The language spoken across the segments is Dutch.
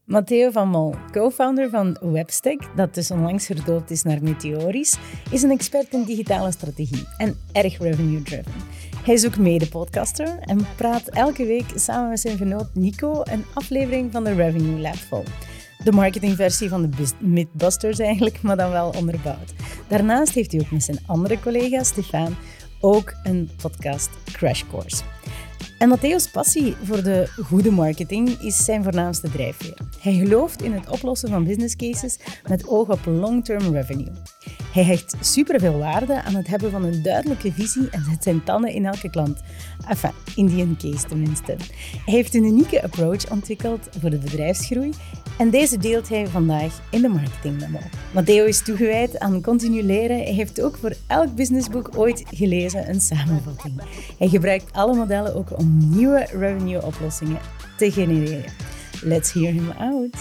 Matteo van Mol, co-founder van Webstack, dat dus onlangs verdoopt is naar Meteoris, is een expert in digitale strategie en erg revenue-driven. Hij is ook mede-podcaster en praat elke week samen met zijn vernoot Nico een aflevering van de Revenue Lab vol. De marketingversie van de Mythbusters eigenlijk, maar dan wel onderbouwd. Daarnaast heeft hij ook met zijn andere collega Stefan ook een podcast Crash Course. En Matteo's passie voor de goede marketing is zijn voornaamste drijfveer. Hij gelooft in het oplossen van business cases met oog op long-term revenue. Hij hecht superveel waarde aan het hebben van een duidelijke visie en zet zijn tanden in elke klant. Enfin, in die een case tenminste. Hij heeft een unieke approach ontwikkeld voor de bedrijfsgroei en deze deelt hij vandaag in de Marketing Memo. Matteo is toegewijd aan continu leren. Hij heeft ook voor elk businessboek ooit gelezen een samenvatting. Hij gebruikt alle modellen ook om nieuwe revenue-oplossingen te genereren. Let's hear him out.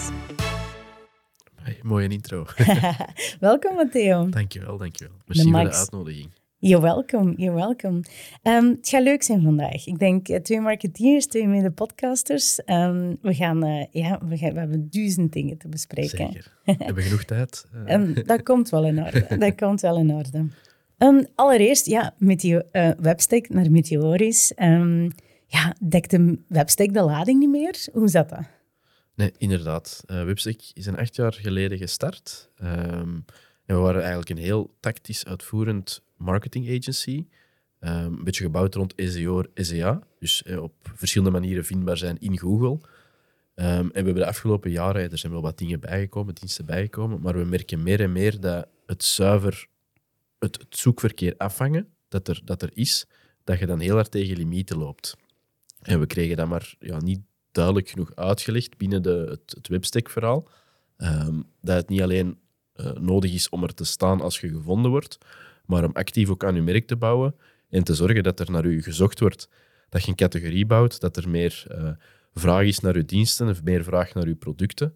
Hey, mooie intro. Welkom, Matteo. Dankjewel. Merci voor de uitnodiging. You're welcome. Het gaat leuk zijn vandaag. Ik denk 2 marketeers, 2 mede-podcasters. We hebben 1000 dingen te bespreken. Zeker. Hebben we genoeg tijd? Dat komt wel in orde. Allereerst, Webstack naar Meteoris. Dekt de Webstack de lading niet meer? Hoe zat dat? Nee, inderdaad. Webstack is 8 jaar geleden gestart. En we waren eigenlijk een heel tactisch uitvoerend marketing agency. Een beetje gebouwd rond SEO, SEA. Dus op verschillende manieren vindbaar zijn in Google. En we hebben de afgelopen jaren, er zijn wel wat dingen bijgekomen, diensten bijgekomen, maar we merken meer en meer dat het zuiver het zoekverkeer afvangen dat er is, dat je dan heel hard tegen limieten loopt. En we kregen dat maar niet duidelijk genoeg uitgelegd binnen het Webstack-verhaal. Dat het niet alleen nodig is om er te staan als je gevonden wordt, maar om actief ook aan je merk te bouwen en te zorgen dat er naar je gezocht wordt, dat je een categorie bouwt, dat er meer vraag is naar je diensten of meer vraag naar je producten.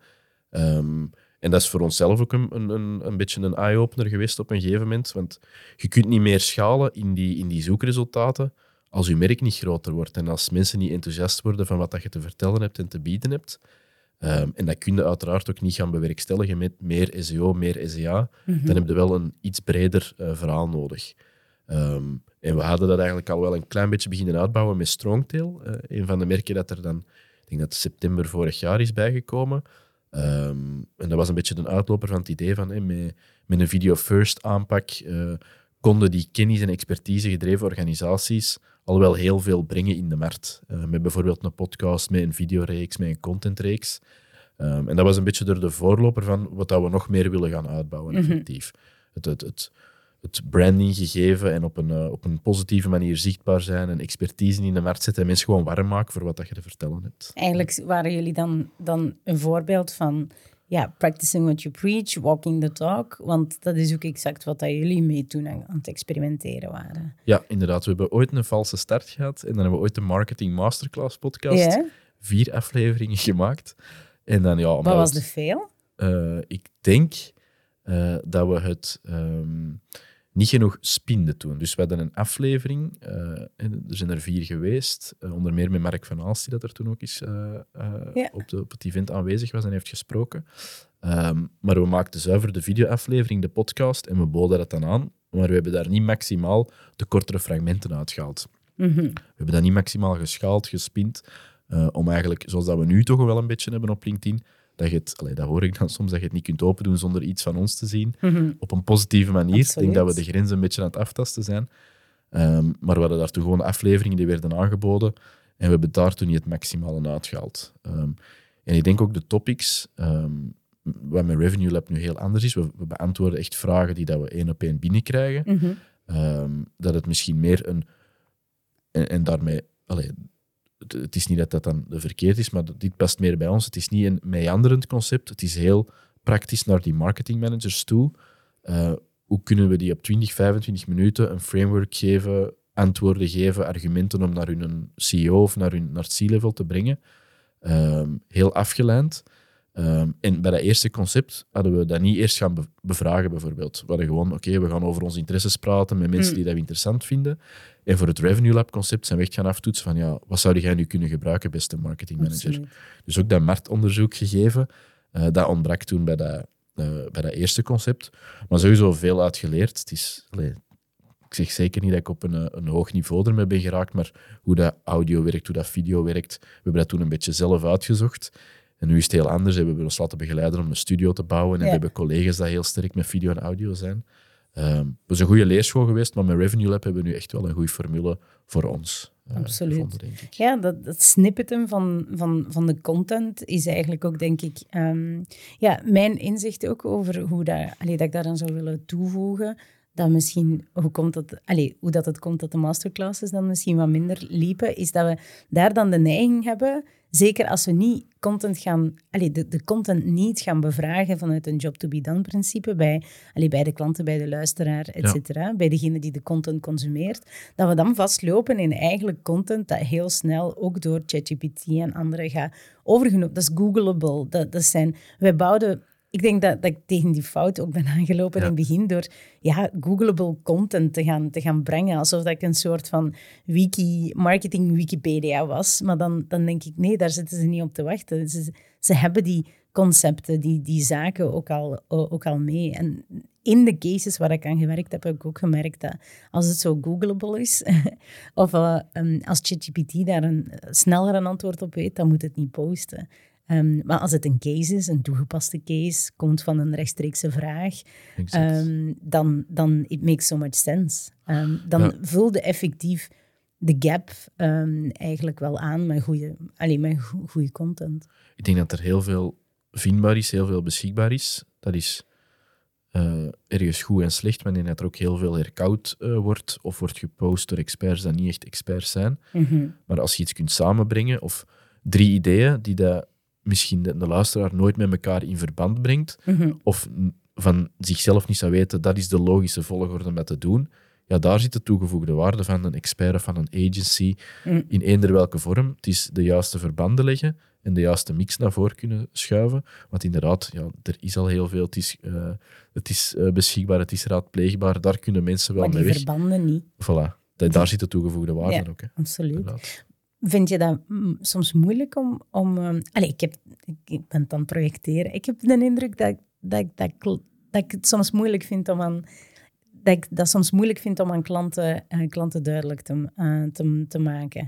En dat is voor onszelf ook een beetje een eye-opener geweest op een gegeven moment, want je kunt niet meer schalen in die zoekresultaten als je merk niet groter wordt en als mensen niet enthousiast worden van wat je te vertellen hebt en te bieden hebt. En dat kun je uiteraard ook niet gaan bewerkstelligen met meer SEO, meer SEA. Mm-hmm. Dan heb je wel een iets breder verhaal nodig. En we hadden dat eigenlijk al wel een klein beetje beginnen uitbouwen met Strongtail. Een van de merken dat er dan, ik denk dat september vorig jaar is bijgekomen. En dat was een beetje de uitloper van het idee van met een video-first aanpak konden die kennis- en expertise-gedreven organisaties al wel heel veel brengen in de markt. Met bijvoorbeeld een podcast, met een videoreeks, met een contentreeks. En dat was een beetje door de voorloper van wat we nog meer willen gaan uitbouwen, effectief. Het branding gegeven en op een positieve manier zichtbaar zijn en expertise in de markt zetten en mensen gewoon warm maken voor wat je te vertellen hebt. Eigenlijk waren jullie dan een voorbeeld van practicing what you preach, walking the talk, want dat is ook exact wat jullie mee toen aan het experimenteren waren. Ja, inderdaad. We hebben ooit een valse start gehad en dan hebben we ooit de Marketing Masterclass podcast 4 afleveringen gemaakt. En dan, wat was de fail? Ik denk dat we het niet genoeg spinden toen. Dus we hadden een aflevering, en er zijn er 4 geweest, onder meer met Mark van Aalst, die dat er toen ook is op het event aanwezig was en heeft gesproken. Maar we maakten zuiver de videoaflevering, de podcast, en we boden dat dan aan, maar we hebben daar niet maximaal de kortere fragmenten uitgehaald. Mm-hmm. We hebben dat niet maximaal geschaald, gespind, om eigenlijk, zoals dat we nu toch wel een beetje hebben op LinkedIn, dat hoor ik dan soms, dat je het niet kunt opendoen zonder iets van ons te zien. Mm-hmm. Op een positieve manier. Absoluut. Ik denk dat we de grenzen een beetje aan het aftasten zijn. Maar we hadden daar toen gewoon afleveringen die werden aangeboden en we hebben daar toen niet het maximale uitgehaald. En ik denk ook de topics, wat met Revenue Lab nu heel anders is, we beantwoorden echt vragen die dat we 1 op 1 binnenkrijgen. Mm-hmm. Dat het misschien meer en daarmee... Het is niet dat dat dan verkeerd is, maar dit past meer bij ons. Het is niet een meanderend concept. Het is heel praktisch naar die marketingmanagers toe. Hoe kunnen we die op 20, 25 minuten een framework geven, antwoorden geven, argumenten om naar hun CEO of naar het C-level te brengen? Heel afgeleid. En bij dat eerste concept hadden we dat niet eerst gaan bevragen, bijvoorbeeld. We hadden gewoon, oké, we gaan over onze interesses praten met mensen die dat interessant vinden. En voor het Revenue Lab concept zijn we echt gaan aftoetsen van, ja, wat zou jij nu kunnen gebruiken, beste marketingmanager? Absoluut. Dus ook dat marktonderzoek gegeven. Dat ontbrak toen bij dat eerste concept. Maar sowieso veel uitgeleerd. Het is, ik zeg zeker niet dat ik op een hoog niveau ermee ben geraakt, maar hoe dat audio werkt, hoe dat video werkt, we hebben dat toen een beetje zelf uitgezocht. En nu is het heel anders. We hebben ons laten begeleiden om een studio te bouwen. En we hebben collega's die heel sterk met video en audio zijn. Het is een goede leerschool geweest, maar met Revenue Lab hebben we nu echt wel een goede formule voor ons. Absoluut. Gevonden, denk ik. Ja, dat snippeten van de content is eigenlijk ook, denk ik, mijn inzicht ook over hoe dat ik daar dan zou willen toevoegen. Dat misschien, hoe dat het komt dat de masterclasses dan misschien wat minder liepen, is dat we daar dan de neiging hebben, zeker als we niet content gaan, de content niet gaan bevragen vanuit een job-to-be-done-principe bij de klanten, bij de luisteraar, et cetera, bij degene die de content consumeert, dat we dan vastlopen in eigenlijk content dat heel snel ook door ChatGPT en anderen gaat overgenomen. Dat is Googleable. Wij bouwden... Ik denk dat ik tegen die fout ook ben aangelopen in het begin door Googleable content te gaan brengen. Alsof dat ik een soort van marketing Wikipedia was. Maar dan denk ik, nee, daar zitten ze niet op te wachten. Ze hebben die concepten, die zaken ook al mee. En in de cases waar ik aan gewerkt heb ik ook gemerkt dat als het zo Googleable is, of als ChatGPT daar sneller een antwoord op weet, dan moet het niet posten. Maar als het een case is, een toegepaste case, komt van een rechtstreekse vraag, dan it makes so much sense. Dan vulde effectief de gap eigenlijk wel aan met goede content. Ik denk dat er heel veel vindbaar is, heel veel beschikbaar is. Dat is ergens goed en slecht, maar ik denk dat er ook heel veel herkoud wordt of wordt gepost door experts die niet echt experts zijn. Mm-hmm. Maar als je iets kunt samenbrengen, of 3 ideeën die dat misschien de luisteraar nooit met elkaar in verband brengt, of van zichzelf niet zou weten, dat is de logische volgorde om dat te doen, ja, daar zit de toegevoegde waarde van een expert of van een agency in eender welke vorm. Het is de juiste verbanden leggen en de juiste mix naar voren kunnen schuiven. Want inderdaad, er is al heel veel. Het is beschikbaar, het is raadpleegbaar. Daar kunnen mensen wel mee weg. Maar die verbanden niet. Voilà. Daar zit de toegevoegde waarde ook. Hè. Absoluut. Inderdaad. Vind je dat soms moeilijk om ik ben het aan het projecteren. Ik heb de indruk dat ik het soms moeilijk vind om aan klanten duidelijk te maken.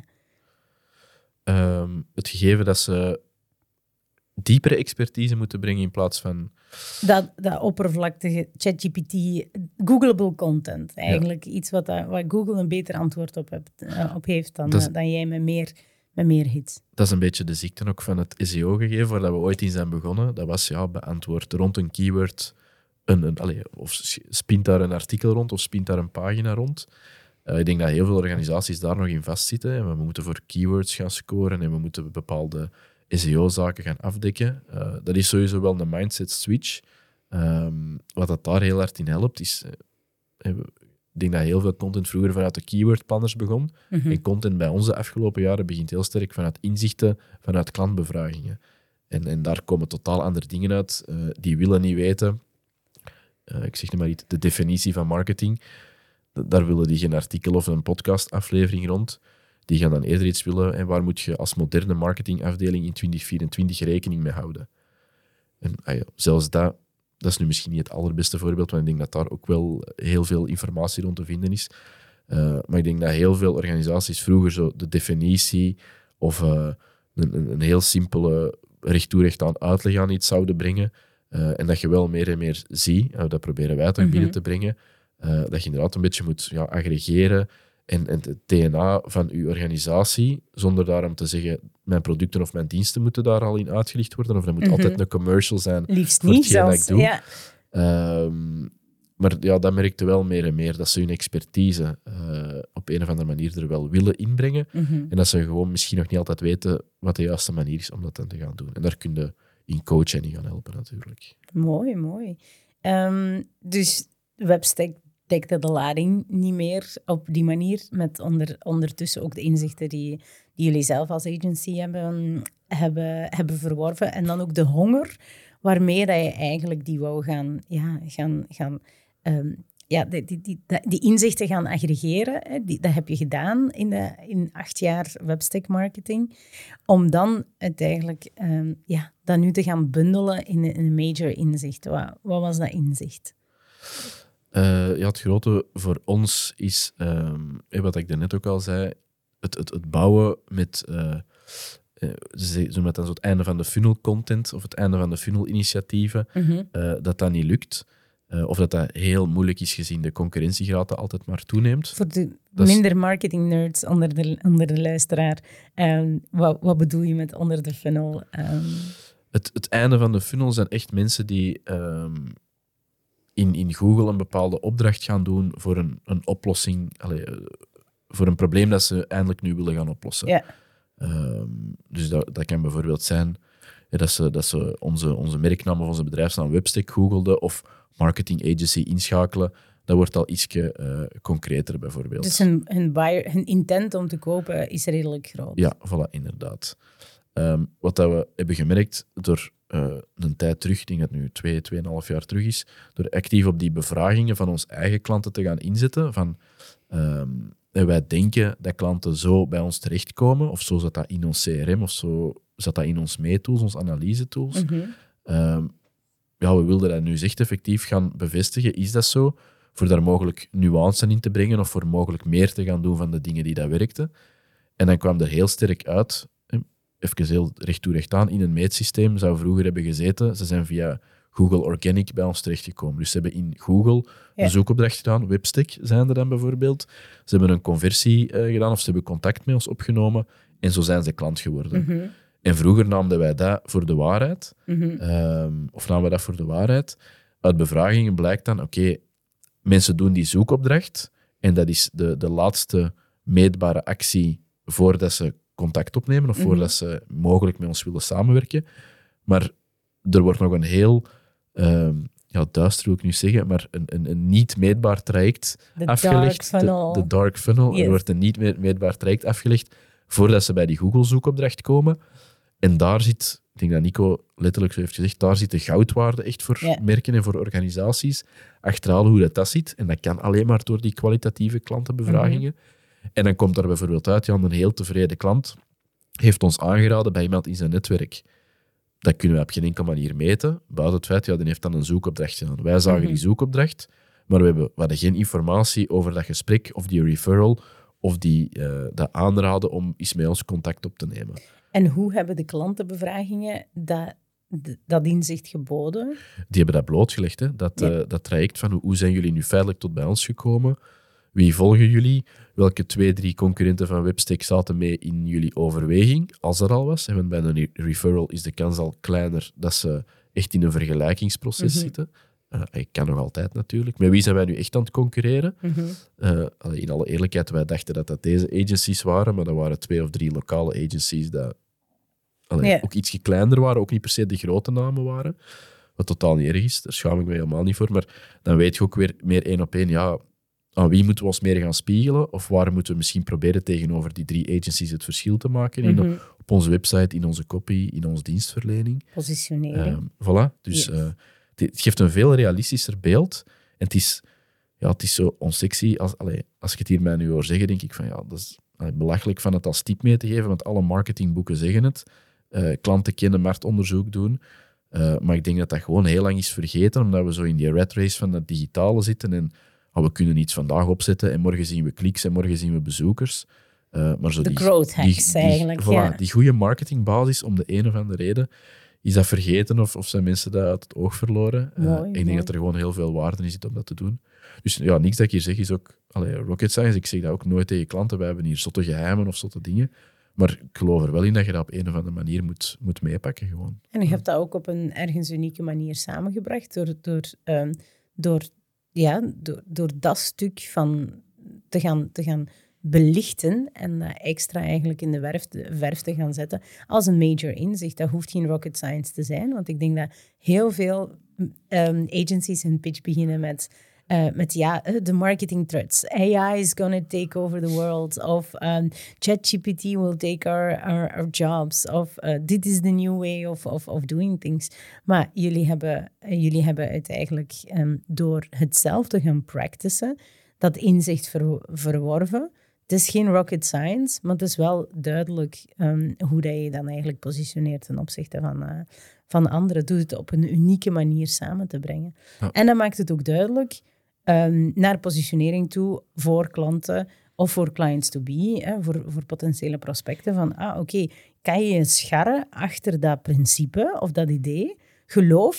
Het gegeven dat ze diepere expertise moeten brengen in plaats van... Dat oppervlakkige ChatGPT, Googleable content. Eigenlijk iets wat Google een beter antwoord op heeft dan jij met meer hits. Dat is een beetje de ziekte ook van het SEO-gegeven, waar we ooit in zijn begonnen. Dat was beantwoord rond een keyword, of spint daar een artikel rond, of spint daar een pagina rond. Ik denk dat heel veel organisaties daar nog in vastzitten. En we moeten voor keywords gaan scoren en we moeten bepaalde SEO-zaken gaan afdekken. Dat is sowieso wel een mindset switch. Wat dat daar heel hard in helpt, is... Ik denk dat heel veel content vroeger vanuit de keyword-planners begon. En content bij ons de afgelopen jaren begint heel sterk vanuit inzichten, vanuit klantbevragingen. En daar komen totaal andere dingen uit. Die willen niet weten. Ik zeg nu maar iets, de definitie van marketing. Daar willen die geen artikel of een podcastaflevering rond. Die gaan dan eerder iets willen. En waar moet je als moderne marketingafdeling in 2024 rekening mee houden? En zelfs dat is nu misschien niet het allerbeste voorbeeld, want ik denk dat daar ook wel heel veel informatie rond te vinden is. Maar ik denk dat heel veel organisaties vroeger zo de definitie of een heel simpele recht toe recht aan uitleg aan iets zouden brengen. En dat je wel meer en meer ziet, dat proberen wij toch binnen te brengen, dat je inderdaad een beetje moet aggregeren en het DNA van je organisatie, zonder daarom te zeggen, mijn producten of mijn diensten moeten daar al in uitgelicht worden, of dat moet altijd een commercial zijn. Liefst voor niet hetgeen dat zelfs. ik doe. Ja. Maar dat merkte wel meer en meer, dat ze hun expertise op een of andere manier er wel willen inbrengen. En dat ze gewoon misschien nog niet altijd weten wat de juiste manier is om dat dan te gaan doen. En daar kun je in coachen en in gaan helpen, natuurlijk. Mooi. Dus Webstack dekte de lading niet meer op die manier, met ondertussen ook de inzichten die jullie zelf als agency hebben hebben verworven. En dan ook de honger waarmee dat je eigenlijk die wou die inzichten gaan aggregeren. Hè. Dat heb je gedaan in 8 jaar Webstack marketing. Om dan uiteindelijk dat nu te gaan bundelen in een major inzicht. Wat was dat inzicht? Het grote voor ons is, wat ik daarnet ook al zei, het bouwen met... ze noemen dat dan zo het einde van de funnel content of het einde van de funnel initiatieven, dat niet lukt. Of dat heel moeilijk is gezien de concurrentiegraad dat altijd maar toeneemt. Voor de minder marketing nerds onder de luisteraar, wat bedoel je met onder de funnel? Het einde van de funnel zijn echt mensen die in Google een bepaalde opdracht gaan doen voor een oplossing, voor een probleem dat ze eindelijk nu willen gaan oplossen. Ja. Dus dat kan bijvoorbeeld zijn dat ze onze merknaam of onze bedrijfsnaam Webstack googelden of marketing agency inschakelen. Dat wordt al ietsje concreter bijvoorbeeld. Dus hun intent om te kopen is redelijk groot. Ja, voilà, inderdaad. Wat dat we hebben gemerkt door een tijd terug, ik denk dat het nu 2,5 jaar terug is, door actief op die bevragingen van onze eigen klanten te gaan inzetten, van wij denken dat klanten zo bij ons terechtkomen, of zo zat dat in ons CRM, of zo zat dat in ons meetools, ons analyse-tools. We wilden dat nu echt effectief gaan bevestigen. Is dat zo? Voor daar mogelijk nuance in te brengen of voor mogelijk meer te gaan doen van de dingen die dat werkten. En dan kwam er heel sterk uit, even heel recht toe recht aan, in een meetsysteem zou vroeger hebben gezeten. Ze zijn via Google Organic bij ons terechtgekomen. Dus ze hebben in Google een zoekopdracht gedaan, Webstack zijn er dan bijvoorbeeld. Ze hebben een conversie gedaan of ze hebben contact met ons opgenomen en zo zijn ze klant geworden. En vroeger namen wij dat voor de waarheid. Of namen we dat voor de waarheid. Uit bevragingen blijkt dan, oké, mensen doen die zoekopdracht en dat is de laatste meetbare actie voordat ze contact opnemen of voordat ze mogelijk met ons willen samenwerken. Maar er wordt nog een heel, duister wil ik nu zeggen, maar een niet meetbaar traject afgelegd. De dark funnel. Yes. Er wordt een niet meetbaar traject afgelegd voordat ze bij die Google-zoekopdracht komen. En daar zit, ik denk dat Nico letterlijk zo heeft gezegd, daar zit de goudwaarde echt voor merken en voor organisaties. Achterhalen hoe dat zit. En dat kan alleen maar door die kwalitatieve klantenbevragingen. En dan komt daar bijvoorbeeld uit, een heel tevreden klant heeft ons aangeraden bij iemand in zijn netwerk. Dat kunnen we op geen enkele manier meten. Buiten het feit, die heeft dan een zoekopdracht gedaan. Wij zagen die zoekopdracht, maar we hadden geen informatie over dat gesprek of die referral of dat aanraden om eens met ons contact op te nemen. En hoe hebben de klantenbevragingen dat inzicht geboden? Die hebben dat blootgelegd. Hè? Dat traject van hoe zijn jullie nu feitelijk tot bij ons gekomen? Wie volgen jullie? Welke 2-3 concurrenten van Webstack zaten mee in jullie overweging, als er al was? En bij een referral is de kans al kleiner dat ze echt in een vergelijkingsproces zitten. Ik kan nog altijd natuurlijk. Met wie zijn wij nu echt aan het concurreren? In alle eerlijkheid, wij dachten dat deze agencies waren, maar dat waren 2 of 3 lokale agencies dat ook ietsje kleiner waren, ook niet per se de grote namen waren. Wat totaal niet erg is, daar schaam ik me helemaal niet voor. Maar dan weet je ook weer meer 1 op 1, aan wie moeten we ons meer gaan spiegelen? Of waar moeten we misschien proberen tegenover die 3 agencies het verschil te maken? Op onze website, in onze copy, in onze dienstverlening. Positionering. Voilà. Dus het geeft een veel realistischer beeld. En het is zo onsexy. Als je het hier mij nu hoor zeggen, denk ik van dat is belachelijk van het als tip mee te geven, want alle marketingboeken zeggen het. Klanten kennen, marktonderzoek doen. Maar ik denk dat dat gewoon heel lang is vergeten, omdat we zo in die rat race van dat digitale zitten en we kunnen iets vandaag opzetten en morgen zien we kliks en morgen zien we bezoekers. Maar zo de growth hacks eigenlijk. Voilà, die goede marketingbasis, om de een of andere reden, is dat vergeten of zijn mensen dat uit het oog verloren. Ik denk dat er gewoon heel veel waarde in zit om dat te doen. Dus niks dat ik hier zeg is ook rocket science. Ik zeg dat ook nooit tegen klanten. Wij hebben hier zotte geheimen of zotte dingen. Maar ik geloof er wel in dat je dat op een of andere manier moet meepakken. Gewoon. En je hebt dat ook op een ergens unieke manier samengebracht door dat stuk van te gaan belichten en dat extra eigenlijk in de verf te gaan zetten als een major inzicht. Dat hoeft geen rocket science te zijn, want ik denk dat heel veel agencies hun pitch beginnen met met de marketing threats. AI is going to take over the world. Of ChatGPT will take our jobs. Of dit is the new way of doing things. Maar jullie hebben het eigenlijk door het zelf te gaan practicen, dat inzicht verworven. Het is geen rocket science, maar het is wel duidelijk hoe dat je dan eigenlijk positioneert ten opzichte van anderen. Doe het op een unieke manier samen te brengen. Ja. En dan maakt het ook duidelijk naar positionering toe voor klanten of voor clients to be, voor potentiële prospecten, van oké, kan je scharren achter dat principe of dat idee? Geloof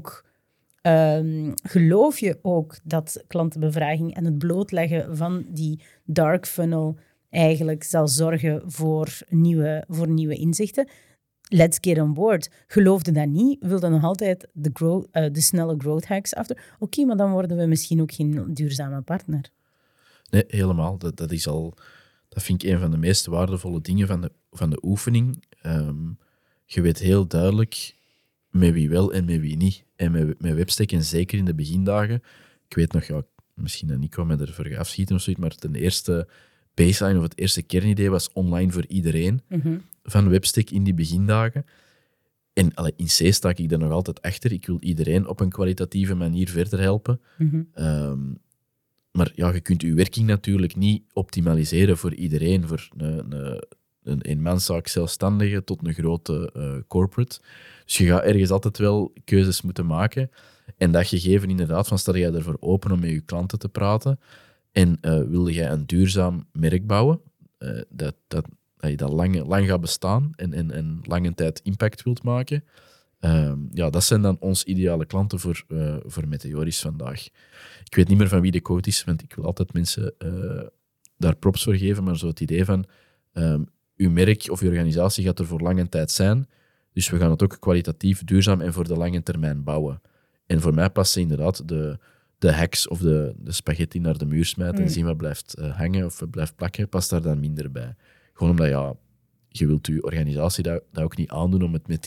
je ook dat klantenbevraging en het blootleggen van die dark funnel eigenlijk zal zorgen voor nieuwe inzichten? Let's get on board. Geloofde dat niet? Wilde nog altijd de snelle growth hacks achter? Oké, maar dan worden we misschien ook geen duurzame partner. Nee, helemaal. Dat vind ik een van de meest waardevolle dingen van de oefening. Je weet heel duidelijk met wie wel en met wie niet. En met Webstack, en zeker in de begindagen. Ik weet nog, misschien dat Nico me ervoor gaat afschieten of zoiets, maar de eerste baseline of het eerste kernidee was online voor iedereen van Webstack in die begindagen. En in C sta ik daar nog altijd achter. Ik wil iedereen op een kwalitatieve manier verder helpen. Maar je kunt je werking natuurlijk niet optimaliseren voor iedereen. Voor een eenmanszaak zelfstandige tot een grote corporate. Dus je gaat ergens altijd wel keuzes moeten maken. En dat gegeven inderdaad, van sta jij ervoor open om met je klanten te praten en wilde jij een duurzaam merk bouwen, dat lang gaat bestaan en lange tijd impact wilt maken, dat zijn dan ons ideale klanten voor Meteoris vandaag. Ik weet niet meer van wie de quote is, want ik wil altijd mensen daar props voor geven, maar zo het idee van uw merk of uw organisatie gaat er voor lange tijd zijn, dus we gaan het ook kwalitatief, duurzaam en voor de lange termijn bouwen. En voor mij passen inderdaad de hacks of de spaghetti naar de muur smijten en zien wat blijft hangen of blijft plakken, past daar dan minder bij. Gewoon omdat je wilt je organisatie dat ook niet aandoen om het met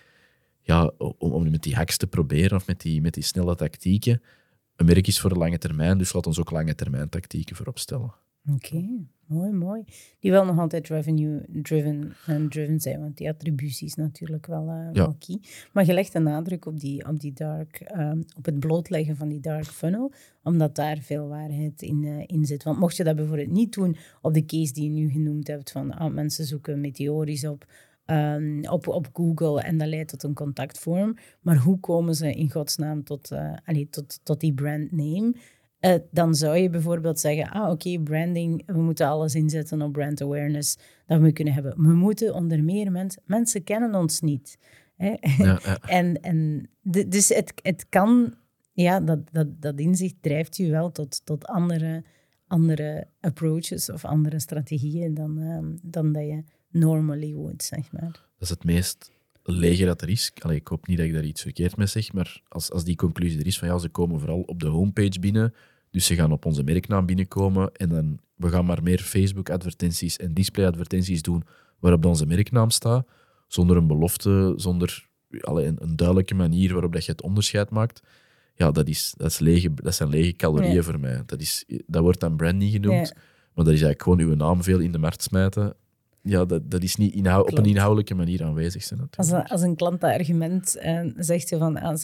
die hacks te proberen of met die snelle tactieken. Een merk is voor de lange termijn, dus laat ons ook lange termijn tactieken voorop stellen. Oké, mooi. Die wel nog altijd revenue-driven zijn, want die attributie is natuurlijk wel key. Maar je legt de nadruk op die dark, op het blootleggen van die dark funnel, omdat daar veel waarheid in zit. Want mocht je dat bijvoorbeeld niet doen op de case die je nu genoemd hebt, van mensen zoeken Meteoris op Google en dat leidt tot een contactvorm, maar hoe komen ze in godsnaam tot die brandname? Dan zou je bijvoorbeeld zeggen, oké, branding, we moeten alles inzetten op brand awareness dat we kunnen hebben. We moeten onder meer mensen kennen ons niet. Hè? Ja. Dus het kan, dat inzicht drijft je wel tot andere approaches of andere strategieën dan dat je normally would, zeg maar. Dat is het meest lege dat er is. Ik hoop niet dat ik daar iets verkeerd mee zeg, maar als die conclusie er is van ze komen vooral op de homepage binnen, dus ze gaan op onze merknaam binnenkomen en dan we gaan maar meer Facebook-advertenties en display-advertenties doen waarop onze merknaam staat, zonder een belofte, zonder een duidelijke manier waarop dat je het onderscheid maakt. Ja, dat zijn lege calorieën voor mij. Dat wordt dan branding genoemd, maar dat is eigenlijk gewoon uw naam veel in de markt smijten. Ja, dat is niet op een inhoudelijke manier aanwezig zijn. Als een klant dat argument zegt, van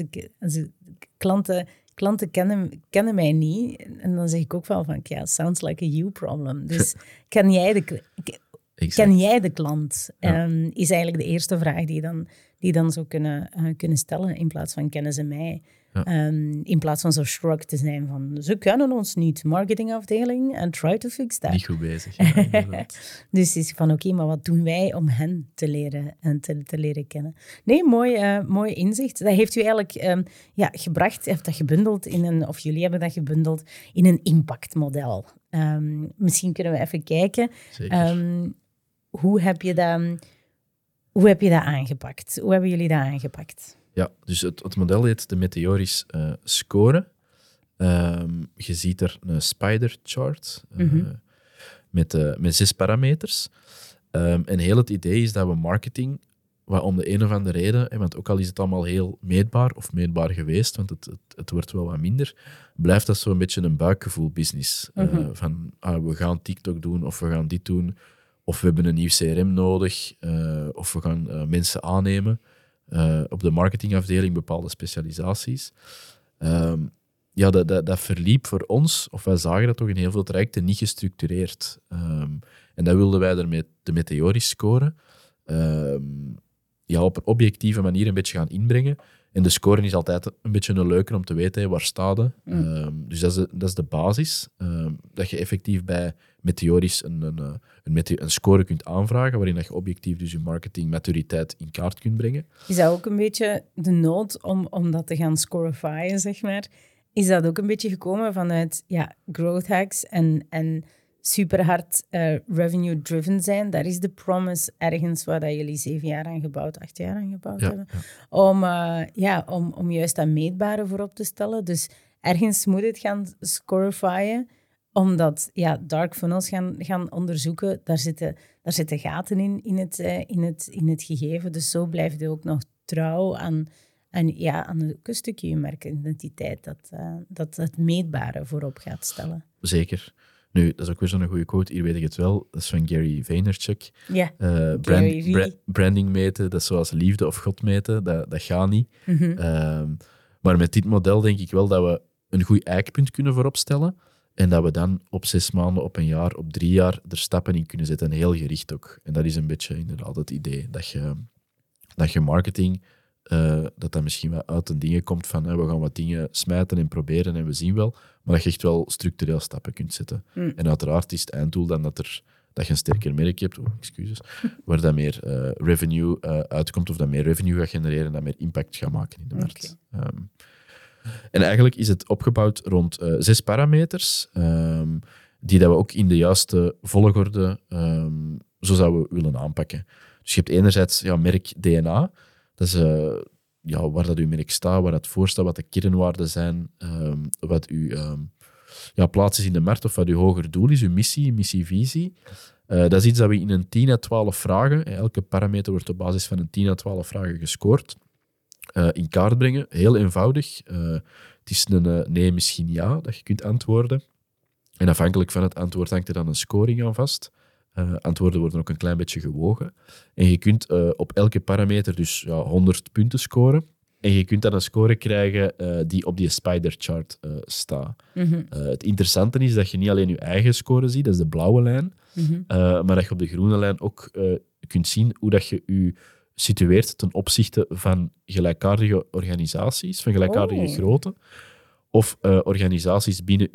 klanten kennen mij niet, en dan zeg ik ook wel van, sounds like a you problem. Dus ken jij de klant? Is eigenlijk de eerste vraag die dan zou kunnen stellen, in plaats van kennen ze mij? Ja. In plaats van zo shrug te zijn van, ze kennen ons niet, marketingafdeling, and try to fix that. Niet goed bezig. Dus het is van, oké, maar wat doen wij om hen te leren kennen? Nee, mooi inzicht. Dat heeft u eigenlijk gebracht, heeft dat gebundeld of jullie hebben dat gebundeld in een impactmodel. Misschien kunnen we even kijken. Hoe heb je dat aangepakt? Hoe hebben jullie dat aangepakt? Ja, dus het model heet de Meteoris score. Je ziet er een spider chart met 6 parameters. En heel het idee is dat we marketing wat om de een of andere reden, want ook al is het allemaal heel meetbaar, of meetbaar geweest, want het wordt wel wat minder, blijft dat zo'n beetje een buikgevoel-business. Van, we gaan TikTok doen, of we gaan dit doen, of we hebben een nieuw CRM nodig, of we gaan mensen aannemen. Op de marketingafdeling bepaalde specialisaties. Dat verliep voor ons, of wij zagen dat toch in heel veel trajecten, niet gestructureerd. En dat wilden wij ermee de Meteoris scoren. Op een objectieve manier een beetje gaan inbrengen. En de scoren is altijd een beetje een leuker om te weten, waar staat je. Dus dat is de basis. Dat je effectief bij Meteoris een score kunt aanvragen, waarin dat je objectief dus je marketingmaturiteit in kaart kunt brengen. Is dat ook een beetje de nood om dat te gaan scorifyen, zeg maar? Is dat ook een beetje gekomen vanuit growth hacks en super hard revenue-driven zijn? Daar is de promise ergens waar dat jullie 8 jaar aan gebouwd hebben. Om juist dat meetbare voorop te stellen. Dus ergens moet het gaan scorifyen, omdat dark funnels gaan onderzoeken. Daar zitten gaten in het gegeven. Dus zo blijf je ook nog trouw aan een stukje je merkidentiteit dat het meetbare voorop gaat stellen. Zeker. Nu, dat is ook weer zo'n goede quote. Hier weet ik het wel. Dat is van Gary Vaynerchuk. Ja, Gary V. Branding meten, dat is zoals liefde of God meten. Dat gaat niet. Maar met dit model denk ik wel dat we een goed eikpunt kunnen vooropstellen. En dat we dan op 6 maanden, op een jaar, op 3 jaar er stappen in kunnen zetten. En heel gericht ook. En dat is een beetje inderdaad het idee. Dat je marketing... dat misschien wel uit de dingen komt van we gaan wat dingen smijten en proberen en we zien wel, maar dat je echt wel structureel stappen kunt zetten. En uiteraard is het einddoel dan dat je een sterker merk hebt, waar dat meer revenue uitkomt of dat meer revenue gaat genereren en dat meer impact gaat maken in de markt. En eigenlijk is het opgebouwd rond 6 parameters, die dat we ook in de juiste volgorde zo zouden willen aanpakken. Dus je hebt enerzijds merk DNA. Dat is waar dat uw merk staat, waar dat voor staat, wat de kernwaarden zijn, wat uw plaats is in de markt of wat uw hoger doel is, uw missievisie. Dat is iets dat we in een 10 à 12 vragen, elke parameter wordt op basis van een 10 à 12 vragen gescoord, in kaart brengen. Heel eenvoudig. Het is een nee, misschien ja, dat je kunt antwoorden. En afhankelijk van het antwoord hangt er dan een scoring aan vast. Antwoorden worden ook een klein beetje gewogen. En je kunt op elke parameter dus 100 punten scoren. En je kunt dan een score krijgen die op die spiderchart staat. Het interessante is dat je niet alleen je eigen score ziet, dat is de blauwe lijn, maar dat je op de groene lijn ook kunt zien hoe dat je je situeert ten opzichte van gelijkaardige organisaties, van gelijkaardige grootte, of organisaties binnen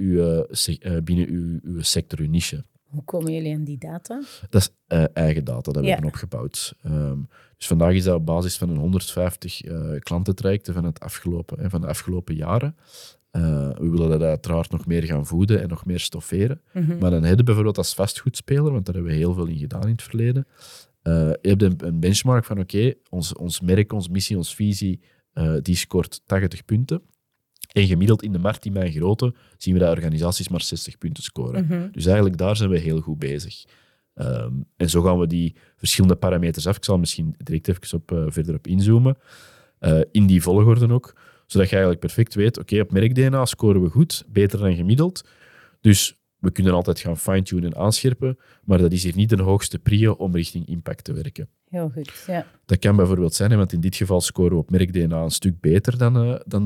uw sector, uw niche. Hoe komen jullie aan die data? Dat is eigen data dat we hebben opgebouwd. Dus vandaag is dat op basis van een 150 klantentrajecten van de afgelopen jaren. We willen dat uiteraard nog meer gaan voeden en nog meer stofferen. Maar dan hebben we bijvoorbeeld als vastgoedspeler, want daar hebben we heel veel in gedaan in het verleden, je hebt een benchmark van ons merk, onze missie, onze visie, die scoort 80 punten. En gemiddeld in de markt in mijn grootte zien we dat organisaties maar 60 punten scoren. Dus eigenlijk daar zijn we heel goed bezig. En zo gaan we die verschillende parameters af. Ik zal misschien direct even verder op inzoomen. In die volgorde ook. Zodat je eigenlijk perfect weet, op merk-DNA scoren we goed, beter dan gemiddeld. Dus we kunnen altijd gaan fine-tunen en aanscherpen, maar dat is hier niet de hoogste prio om richting impact te werken. Heel goed, ja. Dat kan bijvoorbeeld zijn, want in dit geval scoren we op merk-DNA een stuk beter dan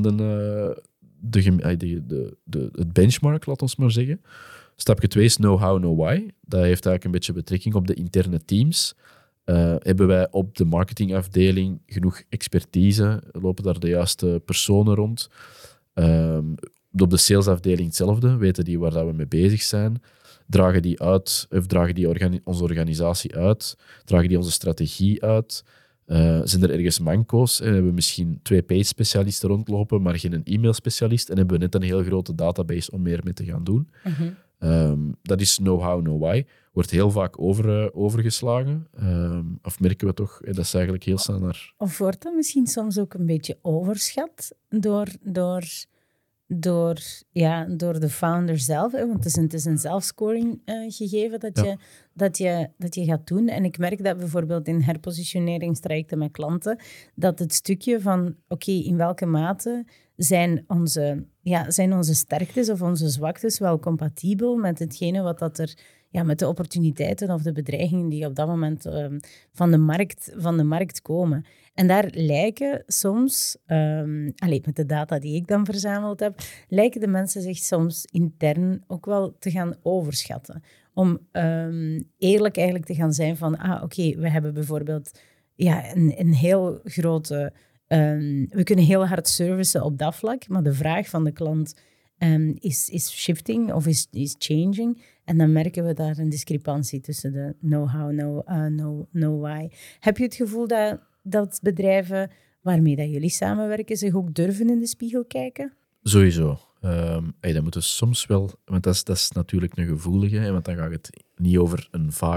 het benchmark, laat ons maar zeggen. Stapje 2 is know-how, know-why. Dat heeft eigenlijk een beetje betrekking op de interne teams. Hebben wij op de marketingafdeling genoeg expertise? Lopen daar de juiste personen rond? Op de salesafdeling hetzelfde. Weten die waar we mee bezig zijn? Dragen die uit, of dragen die onze organisatie uit? Dragen die onze strategie uit? Zijn er ergens manco's? Hebben we misschien 2 page-specialisten rondlopen, maar geen e-mail-specialist? En hebben we net een heel grote database om meer mee te gaan doen? Dat is know-how, know-why. Wordt heel vaak overgeslagen. Of merken we toch, dat is eigenlijk heel snel naar... Of wordt dat misschien soms ook een beetje overschat door door de founder zelf. Hè, want het is een zelfscoring gegeven dat je gaat doen. En ik merk dat bijvoorbeeld in herpositioneringstrajecten met klanten, dat het stukje van, oké, in welke mate zijn onze sterktes of onze zwaktes wel compatibel met hetgene wat dat er... Ja, met de opportuniteiten of de bedreigingen die op dat moment van de markt komen. En daar lijken soms, met de data die ik dan verzameld heb, lijken de mensen zich soms intern ook wel te gaan overschatten. Om eerlijk eigenlijk te gaan zijn van, we hebben bijvoorbeeld een heel grote... we kunnen heel hard servicen op dat vlak, maar de vraag van de klant is shifting of is changing. En dan merken we daar een discrepantie tussen de know-how, know why. Heb je het gevoel dat bedrijven waarmee dat jullie samenwerken zich ook durven in de spiegel kijken? Sowieso. Dat moeten we soms wel... Want dat is natuurlijk een gevoelige, hè, want dan gaat het niet over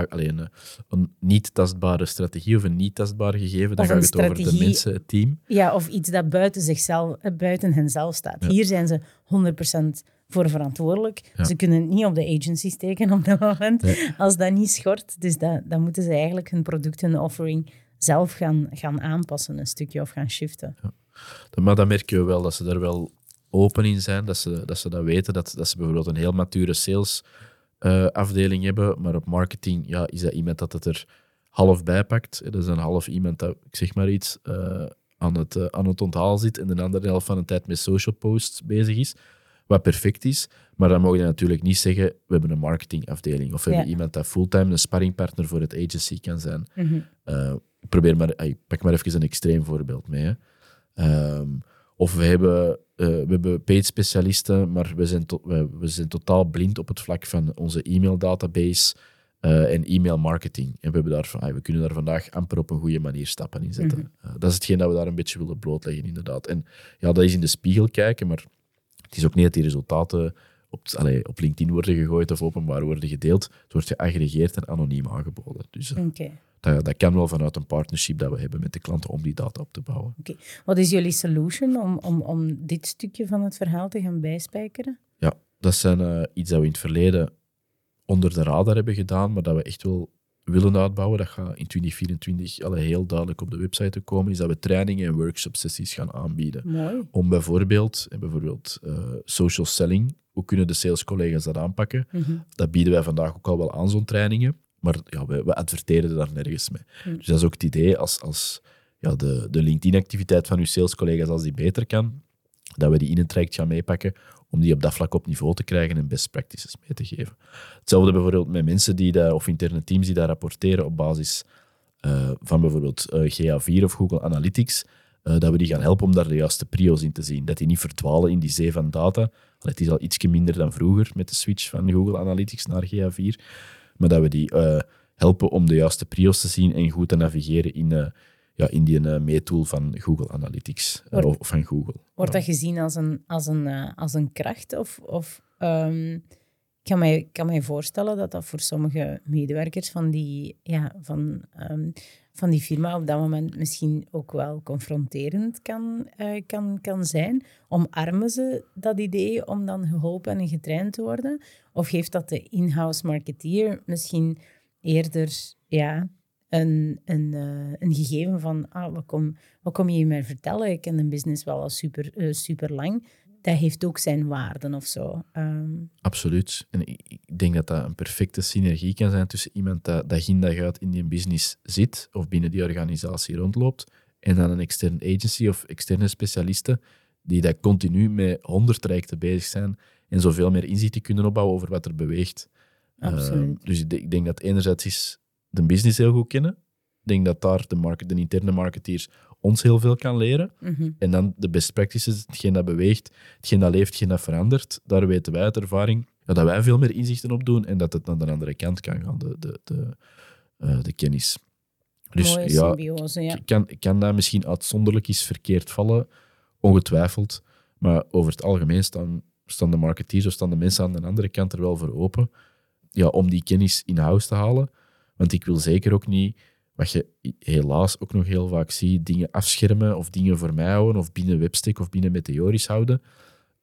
een niet tastbare strategie of een niet tastbaar gegeven. Dan gaat het over de mensen, het team. Ja, of iets dat buiten henzelf staat. Ja. Hier zijn ze 100% voor verantwoordelijk. Ja. Ze kunnen het niet op de agency steken op dat moment, als dat niet schort. Dus dan moeten ze eigenlijk hun product, hun offering zelf gaan aanpassen, een stukje, of gaan shiften. Ja. Maar dan merk je wel dat ze daar wel open in zijn, dat ze dat weten, dat ze bijvoorbeeld een heel mature sales afdeling hebben, maar op marketing is dat iemand dat het er half bij pakt. Dat is een half iemand dat, ik zeg maar iets, aan het onthaal zit en de andere helft van de tijd met social posts bezig is, wat perfect is. Maar dan mogen je natuurlijk niet zeggen, we hebben een marketingafdeling of we hebben iemand dat fulltime een sparringpartner voor het agency kan zijn. Mm-hmm. Ik pak maar even een extreem voorbeeld mee. Of we hebben paid-specialisten, maar we zijn totaal blind op het vlak van onze e-maildatabase en e-mailmarketing. En we kunnen daar vandaag amper op een goede manier stappen in zetten. Mm-hmm. Dat is hetgeen dat we daar een beetje willen blootleggen, inderdaad. En dat is in de spiegel kijken, maar het is ook niet dat die resultaten op LinkedIn worden gegooid of openbaar worden gedeeld. Het wordt geaggregeerd en anoniem aangeboden. Dus dat kan wel vanuit een partnership dat we hebben met de klanten om die data op te bouwen. Okay. Wat is jullie solution om dit stukje van het verhaal te gaan bijspijkeren? Ja, dat zijn iets dat we in het verleden onder de radar hebben gedaan, maar dat we echt wel willen uitbouwen. Dat gaat in 2024 heel duidelijk op de website komen, is dat we trainingen en workshop-sessies gaan aanbieden. Mooi. Om bijvoorbeeld social selling, hoe kunnen de salescollega's dat aanpakken? Mm-hmm. Dat bieden wij vandaag ook al wel aan, zo'n trainingen. Maar we adverteren daar nergens mee. Mm. Dus dat is ook het idee, als de LinkedIn-activiteit van uw salescollega's, als die beter kan, dat we die in een traject gaan meepakken om die op dat vlak op niveau te krijgen en best practices mee te geven. Hetzelfde bijvoorbeeld met mensen of interne teams die dat rapporteren op basis van bijvoorbeeld GA4 of Google Analytics, dat we die gaan helpen om daar de juiste prio's in te zien. Dat die niet verdwalen in die zee van data. Het is al ietsje minder dan vroeger met de switch van Google Analytics naar GA4. Maar dat we die helpen om de juiste prio's te zien en goed te navigeren in die meetool van Google Analytics of van Google. Wordt dat gezien als een kracht? Ik kan mij voorstellen dat voor sommige medewerkers van die firma op dat moment misschien ook wel confronterend kan zijn. Omarmen ze dat idee om dan geholpen en getraind te worden? Of geeft dat de in-house marketeer misschien eerder een gegeven van wat kom je hier mij vertellen? Ik ken de business wel al super lang. Dat heeft ook zijn waarden of zo. Absoluut. En ik denk dat dat een perfecte synergie kan zijn tussen iemand dat dag in dag uit in die business zit of binnen die organisatie rondloopt en dan een externe agency of externe specialisten die dat continu met 100 trajecten bezig zijn en zoveel meer inzichten kunnen opbouwen over wat er beweegt. Absoluut. Dus ik denk dat enerzijds is de business heel goed kennen. Ik denk dat daar de interne marketeers ons heel veel kan leren. Mm-hmm. En dan de best practices, hetgeen dat beweegt, hetgeen dat leeft, hetgeen dat verandert. Daar weten wij uit ervaring dat wij veel meer inzichten op doen en dat het naar de andere kant kan gaan, de kennis. Dus mooie symbiose, ja. Kan dat misschien uitzonderlijk eens verkeerd vallen? Ongetwijfeld. Maar over het algemeen staan de marketeers of staan de mensen aan de andere kant er wel voor open om die kennis in huis te halen. Want ik wil zeker ook niet, wat je helaas ook nog heel vaak ziet, dingen afschermen of dingen voor mij houden of binnen Webstack of binnen Meteoris houden.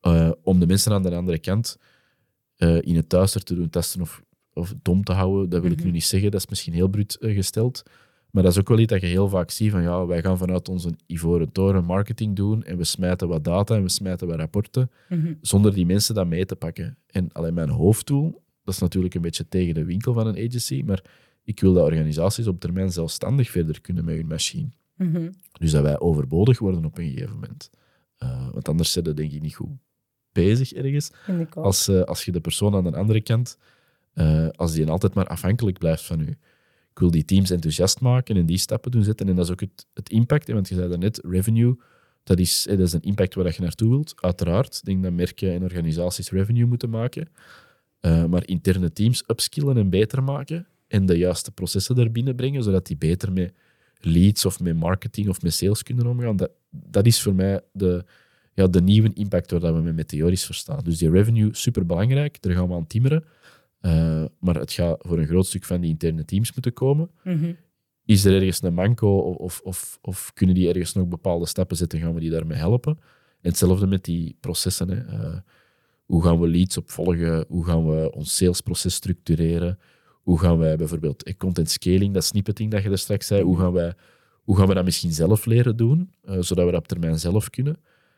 om de mensen aan de andere kant in het thuis te doen testen of dom te houden, dat wil ik nu niet zeggen. Dat is misschien heel bruut gesteld. Maar dat is ook wel iets dat je heel vaak ziet van ja, wij gaan vanuit onze ivoren toren marketing doen en we smijten wat data en we smijten wat rapporten zonder die mensen dat mee te pakken. En alleen mijn hoofddoel, dat is natuurlijk een beetje tegen de winkel van een agency, maar ik wil dat organisaties op termijn zelfstandig verder kunnen met hun machine. Dus dat wij overbodig worden op een gegeven moment. Want anders zit je denk ik niet goed bezig ergens. Als je de persoon aan de andere kant, als die altijd maar afhankelijk blijft van u. Ik wil die teams enthousiast maken en die stappen doen zetten. En dat is ook het impact. Want je zei daarnet, revenue, dat is een impact waar je naartoe wilt. Uiteraard, ik denk dat merken en organisaties revenue moeten maken. Maar interne teams upskillen en beter maken. En de juiste processen daarbinnen brengen, zodat die beter met leads of met marketing of met sales kunnen omgaan. Dat is voor mij de nieuwe impact waar we met Meteoris verstaan. Dus die revenue, superbelangrijk. Daar gaan we aan timmeren. Maar het gaat voor een groot stuk van die interne teams moeten komen. Is er ergens een manco of kunnen die ergens nog bepaalde stappen zetten, gaan we die daarmee helpen? En hetzelfde met die processen. Hè. Hoe gaan we leads opvolgen? Hoe gaan we ons salesproces structureren? Hoe gaan wij bijvoorbeeld content scaling, dat snippeting dat je er straks zei, hoe gaan we dat misschien zelf leren doen, zodat we dat op termijn zelf kunnen?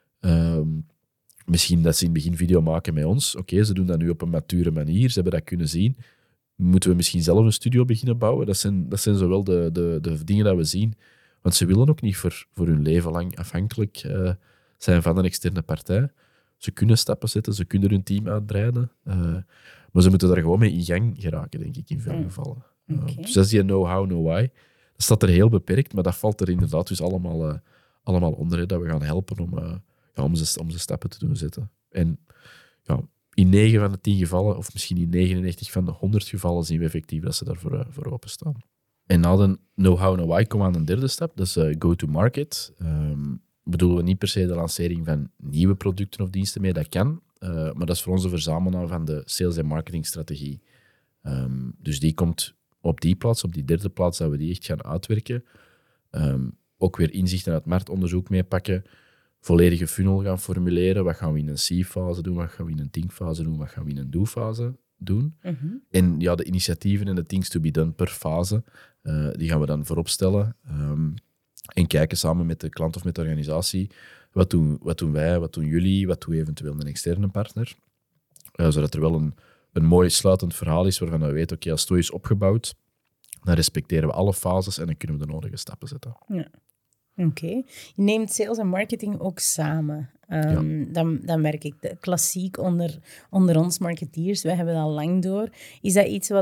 Misschien dat ze in het begin video maken met ons. Oké, ze doen dat nu op een mature manier, ze hebben dat kunnen zien. Moeten we misschien zelf een studio beginnen bouwen? Dat zijn zowel de dingen dat we zien. Want ze willen ook niet voor hun leven lang afhankelijk zijn van een externe partij. Ze kunnen stappen zetten, ze kunnen hun team uitbreiden. Maar ze moeten daar gewoon mee in gang geraken, denk ik, in veel gevallen. Dus dat is die know-how, know-why. Dat staat er heel beperkt, maar dat valt er inderdaad dus allemaal onder. Hè, dat we gaan helpen om ze stappen te doen zetten. En ja, in 9 van de 10 gevallen, of misschien in 99 van de 100 gevallen, zien we effectief dat ze daarvoor voor openstaan. En na de know-how, know-why komen we aan een derde stap, dat is go-to-market. Bedoelen we niet per se de lancering van nieuwe producten of diensten mee, dat kan. Maar dat is voor ons de verzamelaar van de sales- en marketingstrategie. Dus die komt op die plaats, op die derde plaats, dat we die echt gaan uitwerken. Ook weer inzichten uit marktonderzoek meepakken. Volledige funnel gaan formuleren. Wat gaan we in een C-fase doen? Wat gaan we in een think-fase doen? Wat gaan we in een do-fase doen? En ja, de initiatieven en de things to be done per fase, die gaan we dan voorop stellen. En kijken samen met de klant of met de organisatie. Wat doen wij? Wat doen jullie? Wat doet eventueel een externe partner? Zodat er wel een mooi sluitend verhaal is waarvan we weten, oké, als het is opgebouwd, dan respecteren we alle fases en dan kunnen we de nodige stappen zetten. Ja. Oké. Je neemt sales en marketing ook samen. Dan merk ik klassiek onder ons marketeers. Wij hebben dat al lang door. Is dat iets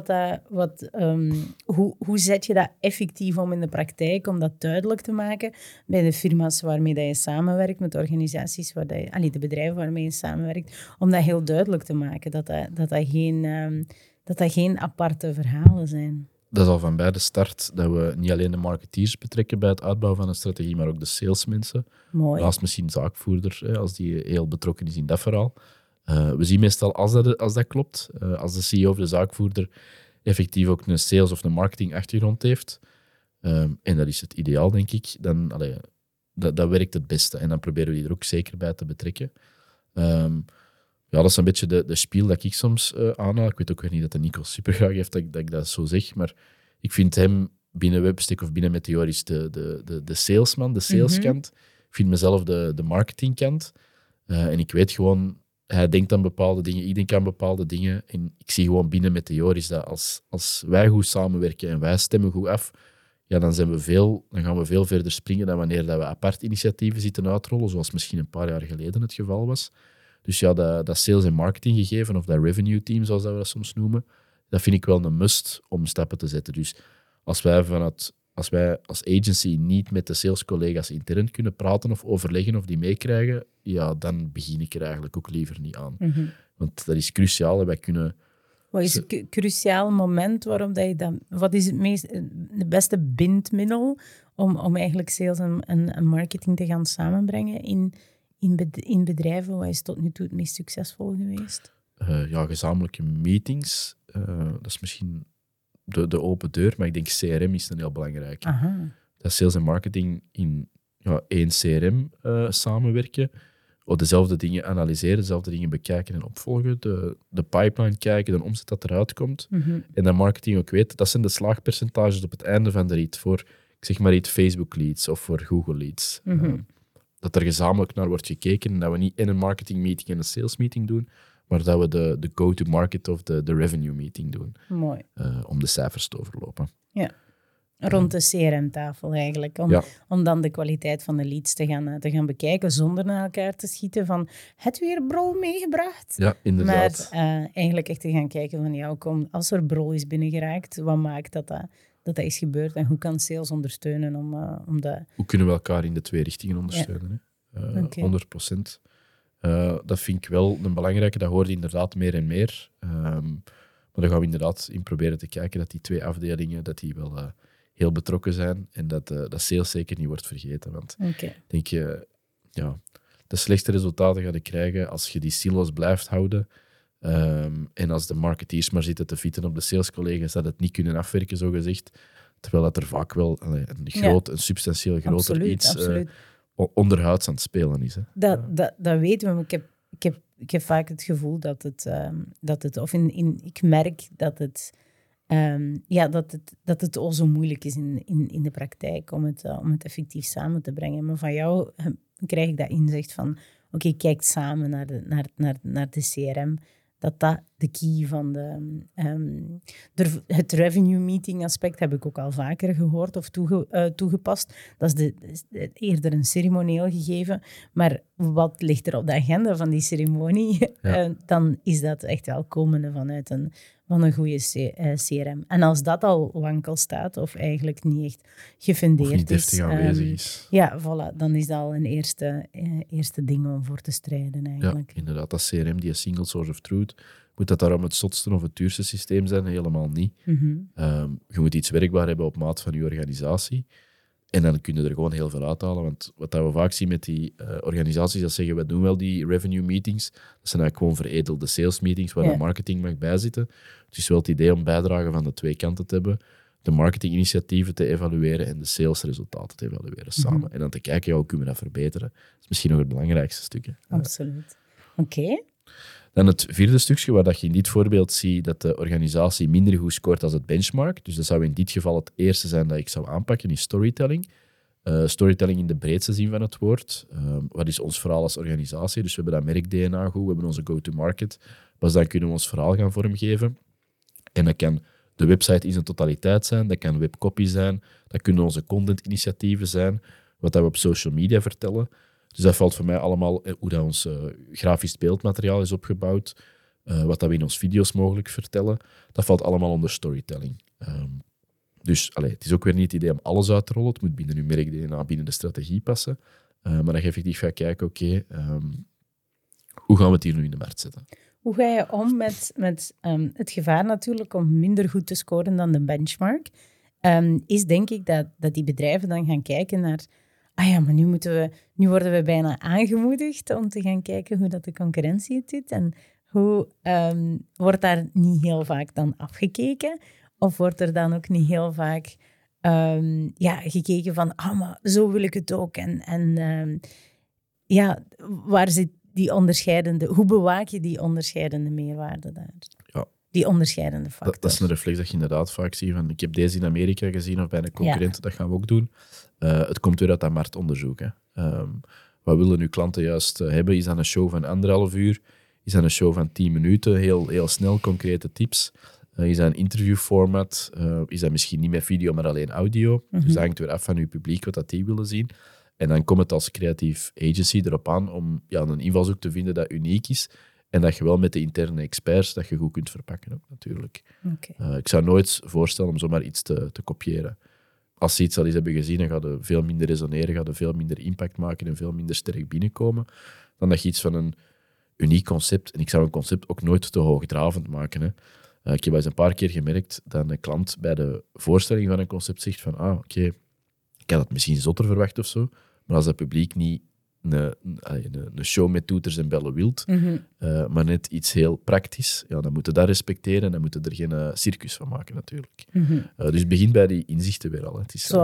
hoe zet je dat effectief om in de praktijk, om dat duidelijk te maken bij de firma's waarmee dat je samenwerkt, met de organisaties, de bedrijven waarmee je samenwerkt, om dat heel duidelijk te maken, dat geen aparte verhalen zijn? Dat is al van bij de start dat we niet alleen de marketeers betrekken bij het uitbouwen van een strategie, maar ook de salesmensen. Mooi. Naast misschien zaakvoerder, als die heel betrokken is in dat verhaal. We zien meestal, als dat klopt, als de CEO of de zaakvoerder effectief ook een sales- of een marketing-achtergrond heeft, en dat is het ideaal, denk ik, dan dat werkt het beste. En dan proberen we die er ook zeker bij te betrekken. Ja, dat is een beetje de spiel dat ik soms aanhaal. Ik weet ook weer niet dat de Nico super graag heeft dat ik dat zo zeg, maar ik vind hem binnen Webstack of binnen Meteoris de salesman, de saleskant. Ik vind mezelf de marketingkant. En ik weet gewoon, hij denkt aan bepaalde dingen, ik denk aan bepaalde dingen. En ik zie gewoon binnen Meteoris dat als wij goed samenwerken en wij stemmen goed af, ja, dan gaan we veel verder springen dan wanneer dat we apart initiatieven zitten uitrollen, zoals misschien een paar jaar geleden het geval was. Dus ja, dat sales- en marketing gegeven, of dat revenue team, zoals dat we dat soms noemen, dat vind ik wel een must om stappen te zetten. Dus als wij als agency niet met de salescollega's intern kunnen praten of overleggen of die meekrijgen, ja, dan begin ik er eigenlijk ook liever niet aan. Want dat is cruciaal. Wij kunnen... Wat is het cruciaal moment waarop dat je dan... Wat is het beste bindmiddel om eigenlijk sales en marketing te gaan samenbrengen in bedrijven? Wat is tot nu toe het meest succesvol geweest? Gezamenlijke meetings. Dat is misschien de open deur, maar ik denk CRM is een heel belangrijk. Dat sales en marketing in één CRM samenwerken. dezelfde dingen analyseren, dezelfde dingen bekijken en opvolgen, de pipeline kijken, de omzet dat eruit komt. En dat marketing ook weet, dat zijn de slaagpercentages op het einde van de rit voor, ik zeg maar iets, Facebook leads of voor Google leads. Dat er gezamenlijk naar wordt gekeken en dat we niet in een marketing meeting en een sales meeting doen, maar dat we de go-to-market of de revenue meeting doen. Mooi. Om de cijfers te overlopen. Ja. Rond de CRM-tafel eigenlijk. Om dan de kwaliteit van de leads te gaan bekijken zonder naar elkaar te schieten van het weer brol meegebracht. Ja, inderdaad. Maar eigenlijk echt te gaan kijken van als er brol is binnengeraakt, wat maakt dat is gebeurd en hoe kan sales ondersteunen om dat... Hoe kunnen we elkaar in de twee richtingen ondersteunen? Ja. 100%. Dat vind ik wel een belangrijke, dat hoort inderdaad meer en meer. Maar dan gaan we inderdaad in proberen te kijken dat die twee afdelingen dat die wel heel betrokken zijn en dat sales zeker niet wordt vergeten. Want denk je, de slechtste resultaten ga je krijgen als je die silos blijft houden. En als de marketeers maar zitten te fietsen op de salescollega's dat het niet kunnen afwerken, zogezegd. Terwijl dat er vaak wel een substantieel groter iets onderhuids aan het spelen is. Hè. Dat weten we, maar ik heb vaak het gevoel ik merk dat het al zo moeilijk is in de praktijk om het effectief samen te brengen. Maar van jou krijg ik dat inzicht van, kijk samen naar de CRM. Dat de key van het revenue meeting aspect heb ik ook al vaker gehoord of toegepast. Dat is eerder een ceremonieel gegeven. Maar wat ligt er op de agenda van die ceremonie? Ja. Dan is dat echt wel komende vanuit een goede CRM. En als dat al wankel staat of eigenlijk niet echt gefundeerd of niet deftig aanwezig is. Ja, voilà, dan is dat al een eerste ding om voor te strijden eigenlijk. Ja, inderdaad. Dat CRM, die single source of truth, moet dat daarom het zotste of het duurste systeem zijn? Helemaal niet. Je moet iets werkbaar hebben op maat van je organisatie. En dan kun je er gewoon heel veel uithalen. Want wat we vaak zien met die organisaties, dat zeggen, we doen wel die revenue meetings. Dat zijn eigenlijk gewoon veredelde sales meetings waar de marketing mag bijzitten. Het is wel het idee om bijdragen van de twee kanten te hebben. De marketinginitiatieven te evalueren en de salesresultaten te evalueren samen. En dan te kijken, hoe kunnen we dat verbeteren? Dat is misschien nog het belangrijkste stukje. Absoluut. Oké. Dan het vierde stukje, waar dat je in dit voorbeeld ziet dat de organisatie minder goed scoort als het benchmark. Dus dat zou in dit geval het eerste zijn dat ik zou aanpakken, is storytelling. Storytelling in de breedste zin van het woord. Wat is ons verhaal als organisatie? Dus we hebben dat merk-DNA goed, we hebben onze go-to-market. Pas dan kunnen we ons verhaal gaan vormgeven. En dat kan de website in zijn totaliteit zijn, dat kan webcopy zijn, dat kunnen onze content-initiatieven zijn, wat dat we op social media vertellen. Dus dat valt voor mij allemaal, hoe dat ons grafisch beeldmateriaal is opgebouwd, wat dat we in onze video's mogelijk vertellen, dat valt allemaal onder storytelling. Dus het is ook weer niet het idee om alles uit te rollen, het moet binnen uw merk-DNA, binnen de strategie passen, maar dat je effectief gaat kijken, hoe gaan we het hier nu in de markt zetten? Hoe ga je om met het gevaar natuurlijk om minder goed te scoren dan de benchmark? Is denk ik dat die bedrijven dan gaan kijken naar... maar nu worden we bijna aangemoedigd om te gaan kijken hoe dat de concurrentie het doet. En hoe wordt daar niet heel vaak dan afgekeken? Of wordt er dan ook niet heel vaak gekeken van... maar zo wil ik het ook. Waar zit die onderscheidende... Hoe bewaak je die onderscheidende meerwaarde daar? Ja. Die onderscheidende factor. Dat is een reflex dat je inderdaad vaak ziet. Van, ik heb deze in Amerika gezien of bij een concurrent, dat gaan we ook doen. Het komt weer uit dat marktonderzoek. Wat willen uw klanten juist hebben? Is dat een show van 1,5 uur? Is dat een show van 10 minuten? Heel snel, concrete tips. Is dat een interviewformat? Is dat misschien niet met video, maar alleen audio? Dus dat hangt weer af van uw publiek, wat dat die willen zien. En dan komt het als creatief agency erop aan om een invalshoek te vinden dat uniek is. En dat je wel met de interne experts dat je goed kunt verpakken ook, natuurlijk. Ik zou nooit voorstellen om zomaar iets te kopiëren. Als ze iets al eens hebben gezien, dan gaat het veel minder resoneren, gaat het veel minder impact maken en veel minder sterk binnenkomen, dan dat je iets van een uniek concept... En ik zou een concept ook nooit te hoogdravend maken. Hè. Ik heb wel eens een paar keer gemerkt dat een klant bij de voorstelling van een concept zegt van ik had het misschien zotter verwacht of zo, maar als het publiek niet een show met toeters en bellen wilt, maar net iets heel praktisch, dan moeten we dat respecteren en dan moeten we er geen circus van maken, natuurlijk. Dus begin bij die inzichten weer al. Het is,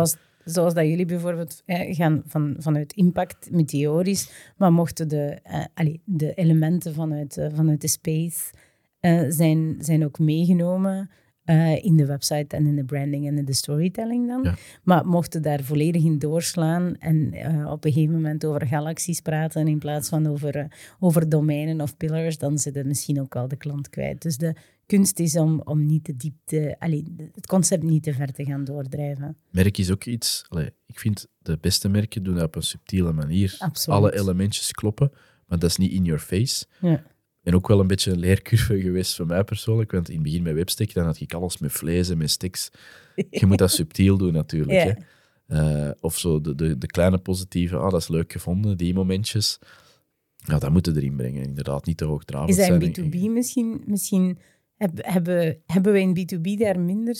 zoals dat jullie bijvoorbeeld gaan vanuit impact meteorisch, maar mochten de elementen vanuit de space zijn ook meegenomen in de website en in de branding en in de storytelling dan. Ja. Maar mochten daar volledig in doorslaan en op een gegeven moment over galaxies praten in plaats van over domeinen of pillars, dan zit het misschien ook wel de klant kwijt. Dus de kunst is om niet te diep het concept niet te ver te gaan doordrijven. Merk is ook iets... ik vind de beste merken doen dat op een subtiele manier. Absoluut. Alle elementjes kloppen, maar dat is niet in your face. Ja. En ook wel een beetje een leercurve geweest voor mij persoonlijk, want in het begin met Webstack, dan had ik alles met vlees en met sticks. Je moet dat subtiel doen natuurlijk. Ja. Hè. Of zo de kleine positieve, dat is leuk gevonden, die momentjes. Ja, dat moeten we erin brengen. Inderdaad, niet te hoogdravend Is dat zijn. in B2B misschien hebben we in B2B daar minder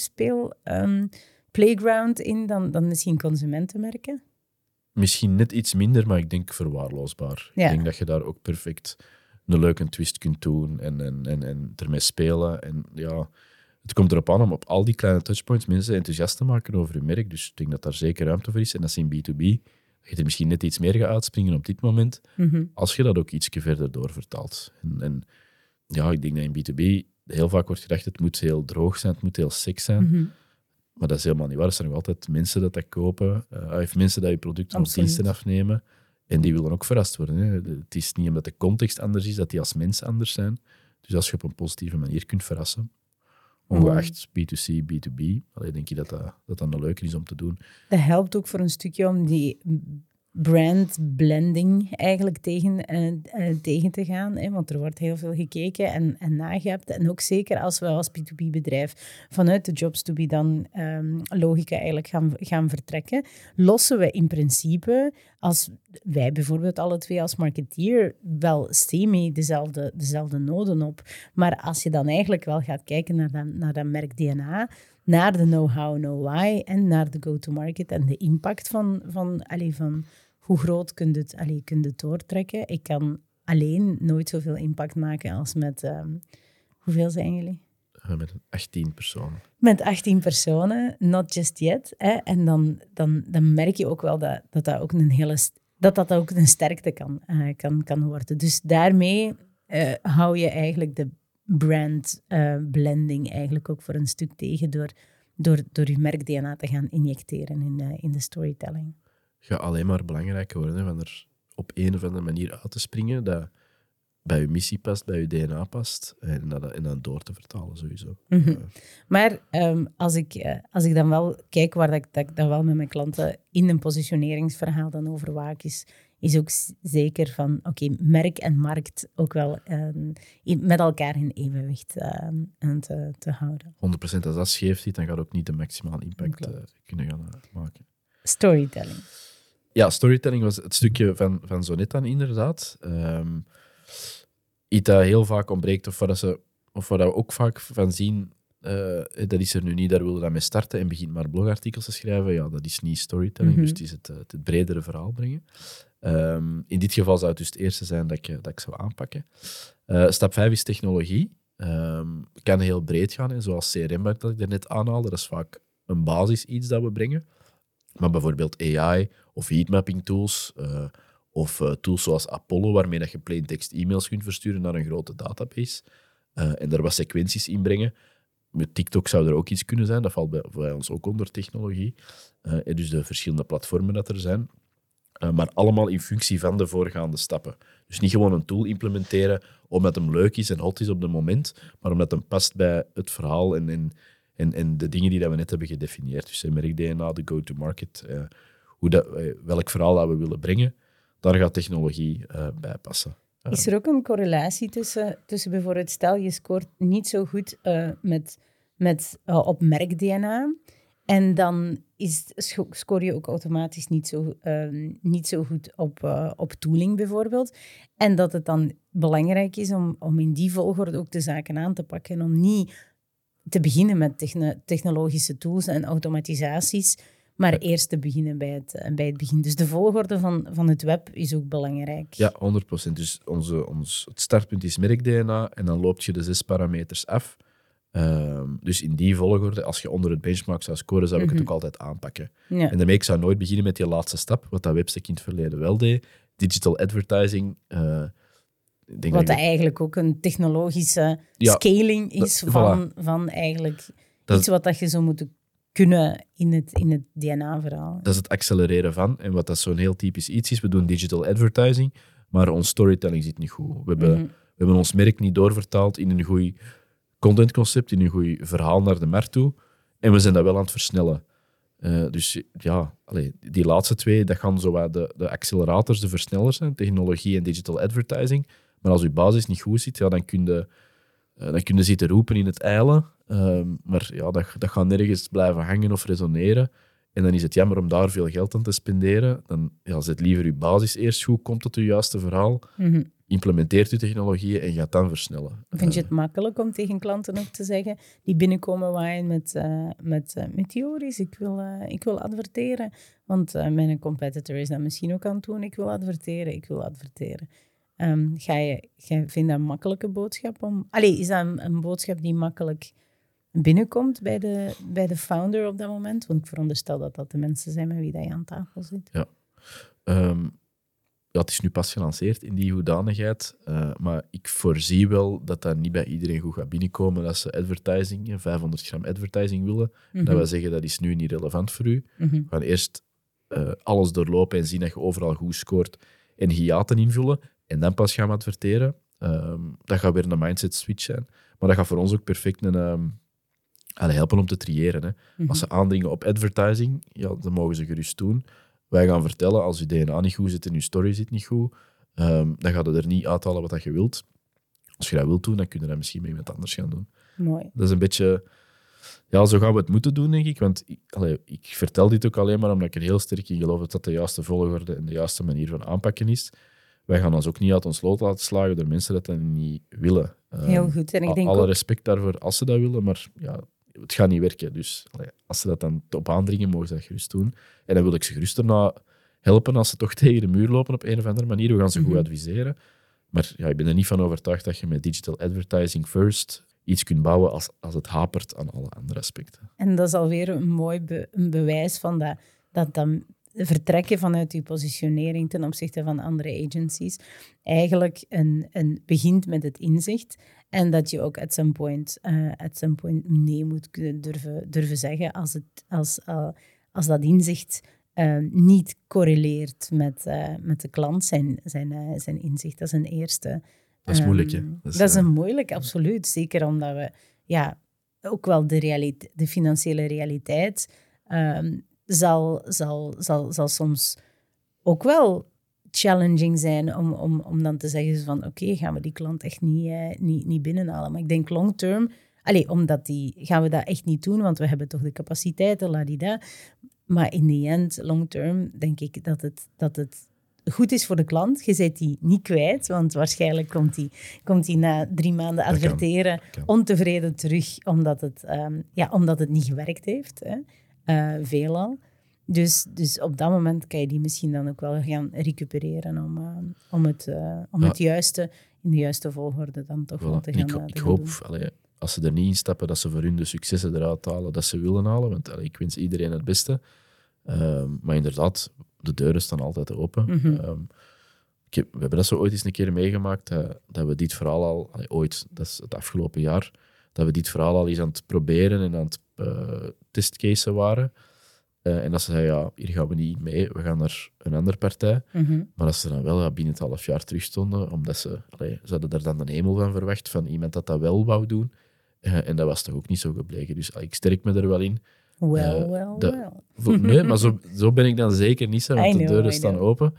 playground in dan misschien consumentenmerken? Misschien net iets minder, maar ik denk verwaarloosbaar. Ja. Ik denk dat je daar ook perfect een leuke twist kunt doen en ermee spelen. En ja, het komt erop aan om op al die kleine touchpoints mensen enthousiast te maken over hun merk. Dus ik denk dat daar zeker ruimte voor is. En dat is in B2B. Dat je er misschien net iets meer gaat uitspringen op dit moment, als je dat ook iets verder doorvertaalt. En ja, ik denk dat in B2B heel vaak wordt gedacht, het moet heel droog zijn, het moet heel sec zijn. Maar dat is helemaal niet waar. Er zijn nog altijd mensen dat kopen. Of mensen dat je producten of diensten afnemen. En die willen ook verrast worden. Hè. Het is niet omdat de context anders is, dat die als mens anders zijn. Dus als je op een positieve manier kunt verrassen, ongeacht B2C, B2B, denk je dat een leuke is om te doen. Dat helpt ook voor een stukje om die brand blending eigenlijk tegen te gaan. Hè? Want er wordt heel veel gekeken en nagehapt. En ook zeker als we als B2B-bedrijf vanuit de jobs to be done logica eigenlijk gaan vertrekken, lossen we in principe, als wij bijvoorbeeld alle twee als marketeer, wel semi dezelfde noden op. Maar als je dan eigenlijk wel gaat kijken naar dat merk DNA, naar de know-how, know-why en naar de go-to-market en de impact van hoe groot kun je het doortrekken. Ik kan alleen nooit zoveel impact maken als met... hoeveel zijn jullie? Met 18 personen. Met 18 personen, not just yet. Hè? En dan merk je ook wel dat ook dat ook een sterkte kan worden. Dus daarmee hou je eigenlijk de brand blending eigenlijk ook voor een stuk tegen door je merk-DNA te gaan injecteren in de storytelling. Gaat alleen maar belangrijker worden, hè, van er op een of andere manier uit te springen dat bij je missie past, bij je DNA past en dan door te vertalen sowieso. Maar als ik dan wel kijk waar dat ik dan wel met mijn klanten in een positioneringsverhaal dan over waak is ook zeker van merk en markt ook wel met elkaar in evenwicht te houden. 100%, als dat scheef zit, dan gaat ook niet de maximale impact kunnen gaan maken. Storytelling. Ja, storytelling was het stukje van zo net dan inderdaad. Iets dat heel vaak ontbreekt, of waar we ook vaak van zien, dat is er nu niet, daar willen we dan mee starten en begint maar blogartikels te schrijven. Ja, dat is niet storytelling, dus het is het bredere verhaal brengen. In dit geval zou het dus het eerste zijn dat ik zou aanpakken. Stap 5 is technologie. Kan heel breed gaan, hè, zoals CRM dat ik net aanhaalde. Dat is vaak een basis iets dat we brengen. Maar bijvoorbeeld AI of heatmapping tools of tools zoals Apollo, waarmee dat je plaintext e-mails kunt versturen naar een grote database en daar wat sequenties in brengen. Met TikTok zou er ook iets kunnen zijn, dat valt bij ons ook onder technologie. En dus de verschillende platformen dat er zijn. Maar allemaal in functie van de voorgaande stappen. Dus niet gewoon een tool implementeren omdat hem leuk is en hot is op het moment, maar omdat hem past bij het verhaal en de dingen die dat we net hebben gedefinieerd. Dus merk-DNA, de go-to-market, welk verhaal dat we willen brengen, daar gaat technologie bij passen. Is er ook een correlatie tussen bijvoorbeeld, stel je scoort niet zo goed op merk-DNA en dan scoor je ook automatisch niet zo goed op tooling bijvoorbeeld. En dat het dan belangrijk is om in die volgorde ook de zaken aan te pakken en om niet te beginnen met technologische tools en automatisaties, maar eerst te beginnen bij het begin. Dus de volgorde van het web is ook belangrijk. Ja, 100%. Dus het startpunt is merk-DNA en dan loop je de 6 parameters af. Dus in die volgorde, als je onder het benchmark zou scoren, zou ik het ook altijd aanpakken. Ja. En daarmee, ik zou nooit beginnen met die laatste stap, wat dat Webstack in het verleden wel deed. Digital advertising. Ik denk Wat dat eigenlijk ook een technologische scaling is van eigenlijk iets wat dat je zou moeten kunnen in het DNA-verhaal. Dat is het accelereren van. En wat dat zo'n heel typisch iets is, we doen digital advertising, maar ons storytelling zit niet goed. We hebben ons merk niet doorvertaald in een goed contentconcept, in een goed verhaal naar de markt toe. En we zijn dat wel aan het versnellen. Dus ja, die laatste twee, dat gaan zo wat de accelerators, de versnellers zijn, technologie en digital advertising. Maar als je basis niet goed zit, ja, dan kun je zitten roepen in het eilen. Maar ja, dat gaat nergens blijven hangen of resoneren. En dan is het jammer om daar veel geld aan te spenderen. Dan zet liever je basis eerst goed, komt tot je juiste verhaal, implementeert je technologieën en gaat dan versnellen. Vind je het makkelijk om tegen klanten ook te zeggen die binnenkomen waaien met Meteoris, ik wil adverteren, want mijn competitor is dat misschien ook aan het doen, ik wil adverteren. Vind dat een makkelijke boodschap? Is dat een boodschap die makkelijk binnenkomt bij de founder op dat moment? Want ik veronderstel dat de mensen zijn met wie dat je aan tafel zit. Ja. Het is nu pas gelanceerd in die hoedanigheid, maar ik voorzie wel dat niet bij iedereen goed gaat binnenkomen dat ze advertising, 500 gram advertising willen. Dat wij zeggen, dat is nu niet relevant voor u. We gaan eerst alles doorlopen en zien dat je overal goed scoort en hiaten invullen en dan pas gaan we adverteren. Dat gaat weer een mindset switch zijn. Maar dat gaat voor ons ook perfect helpen om te triëren. Hè. Als ze aandringen op advertising, ja, dan mogen ze gerust doen. Wij gaan vertellen, als je DNA niet goed zit en je story zit niet goed, dan gaat het er niet uithalen wat je wilt. Als je dat wilt doen, dan kun je dat misschien met iemand anders gaan doen. Mooi. Dat is een beetje... Ja, zo gaan we het moeten doen, denk ik. Want ik vertel dit ook alleen maar omdat ik er heel sterk in geloof dat dat de juiste volgorde en de juiste manier van aanpakken is. Wij gaan ons ook niet uit ons lood laten slagen door mensen dat niet willen. Heel goed. En ik denk alle ook... respect daarvoor als ze dat willen, maar ja, het gaat niet werken. Dus als ze dat dan op aandringen, mogen ze dat gerust doen. En dan wil ik ze gerust erna helpen als ze toch tegen de muur lopen op een of andere manier. We gaan ze goed adviseren. Maar ja, ik ben er niet van overtuigd dat je met digital advertising first iets kunt bouwen als het hapert aan alle andere aspecten. En dat is alweer een mooi een bewijs van dat vertrekken vanuit je positionering ten opzichte van andere agencies eigenlijk begint met het inzicht en dat je ook at some point nee moet durven zeggen als dat inzicht niet correleert met de klant zijn inzicht. Dat is een eerste. Dat is moeilijk, hè? Dat is een moeilijk, absoluut. Zeker omdat we ook wel de financiële realiteit zal soms ook wel challenging zijn om dan te zeggen van oké, gaan we die klant echt niet binnenhalen. Maar ik denk long term, gaan we dat echt niet doen, want we hebben toch de capaciteiten, ladida. Maar in the end, long term, denk ik dat het goed is voor de klant. Je bent die niet kwijt, want waarschijnlijk komt die na 3 maanden adverteren ontevreden terug, omdat het niet gewerkt heeft. Veelal. Dus op dat moment kan je die misschien dan ook wel gaan recupereren om het juiste, in de juiste volgorde dan toch wel te gaan Ik hoop, als ze er niet in stappen, dat ze voor hun de successen eruit halen dat ze willen halen. Want ik wens iedereen het beste. Maar inderdaad, de deuren staan altijd open. We hebben dat zo ooit eens een keer meegemaakt, dat we dit verhaal al... ooit, dat is het afgelopen jaar, dat we dit verhaal al eens aan het proberen en aan het testcasen waren. En dat ze zeiden, ja, hier gaan we niet mee, we gaan naar een andere partij. Maar dat ze dan wel binnen het half jaar terug stonden, omdat ze hadden daar dan een hemel van verwacht, van iemand dat wel wou doen. En dat was toch ook niet zo gebleken. Dus ik sterk me er wel in. Nee, maar zo ben ik dan zeker niet, want de deuren staan open.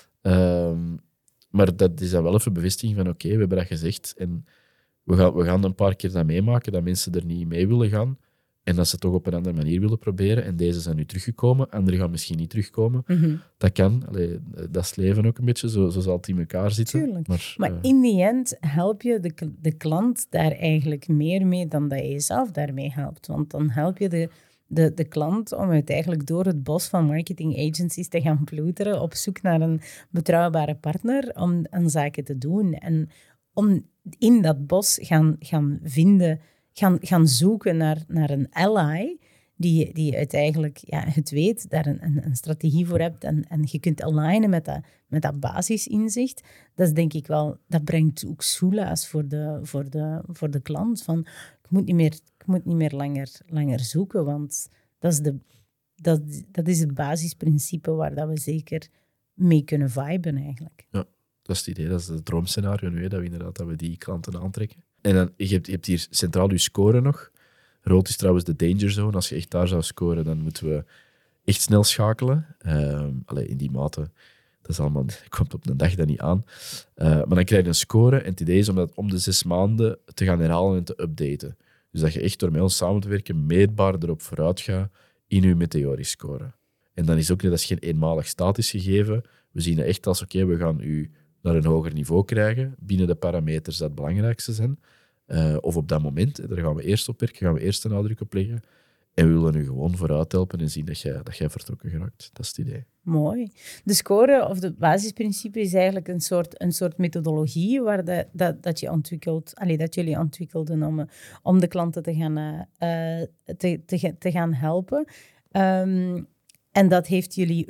Maar dat is dan wel even bevestiging van oké, we hebben dat gezegd. En we gaan een paar keer dat meemaken, dat mensen er niet mee willen gaan. En dat ze toch op een andere manier willen proberen. En deze zijn nu teruggekomen. Anderen gaan misschien niet terugkomen. Dat kan. Dat is het leven ook een beetje. Zo zal het in elkaar zitten. Tuurlijk. Maar in the end help je de klant daar eigenlijk meer mee dan dat je jezelf daarmee helpt. Want dan help je de klant om uiteindelijk door het bos van marketing agencies te gaan ploeteren op zoek naar een betrouwbare partner om zaken te doen. En om in dat bos gaan vinden gaan zoeken naar een ally die uiteindelijk het weet, daar een strategie voor hebt en je kunt alignen met dat basisinzicht. Dat is denk ik wel, dat brengt ook soelaas voor de klant. Van, ik moet niet meer langer zoeken, want dat is het basisprincipe waar dat we zeker mee kunnen viben eigenlijk. Ja, dat is het idee. Dat is het droomscenario nu, dat we inderdaad dat we die klanten aantrekken. En dan, je hebt hier centraal je score nog. Rood is trouwens de danger zone. Als je echt daar zou scoren, dan moeten we echt snel schakelen. In die mate, dat is allemaal, komt op een dag dat niet aan. Maar dan krijg je een score. En het idee is om dat om de 6 maanden te gaan herhalen en te updaten. Dus dat je echt door met ons samen te werken meetbaar erop vooruit gaat in je Meteori-score. En dan is ook niet, dat is geen eenmalig statisch gegeven. We zien het echt als, oké, we gaan u naar een hoger niveau krijgen binnen de parameters dat het belangrijkste zijn. Of op dat moment, daar gaan we eerst op werken, gaan we eerst een nadruk op leggen. En we willen u gewoon vooruit helpen en zien dat jij vertrokken geraakt. Dat is het idee. Mooi. De score of het basisprincipe is eigenlijk een soort methodologie waar dat je ontwikkelt, dat jullie ontwikkelden om de klanten te gaan helpen. En dat heeft jullie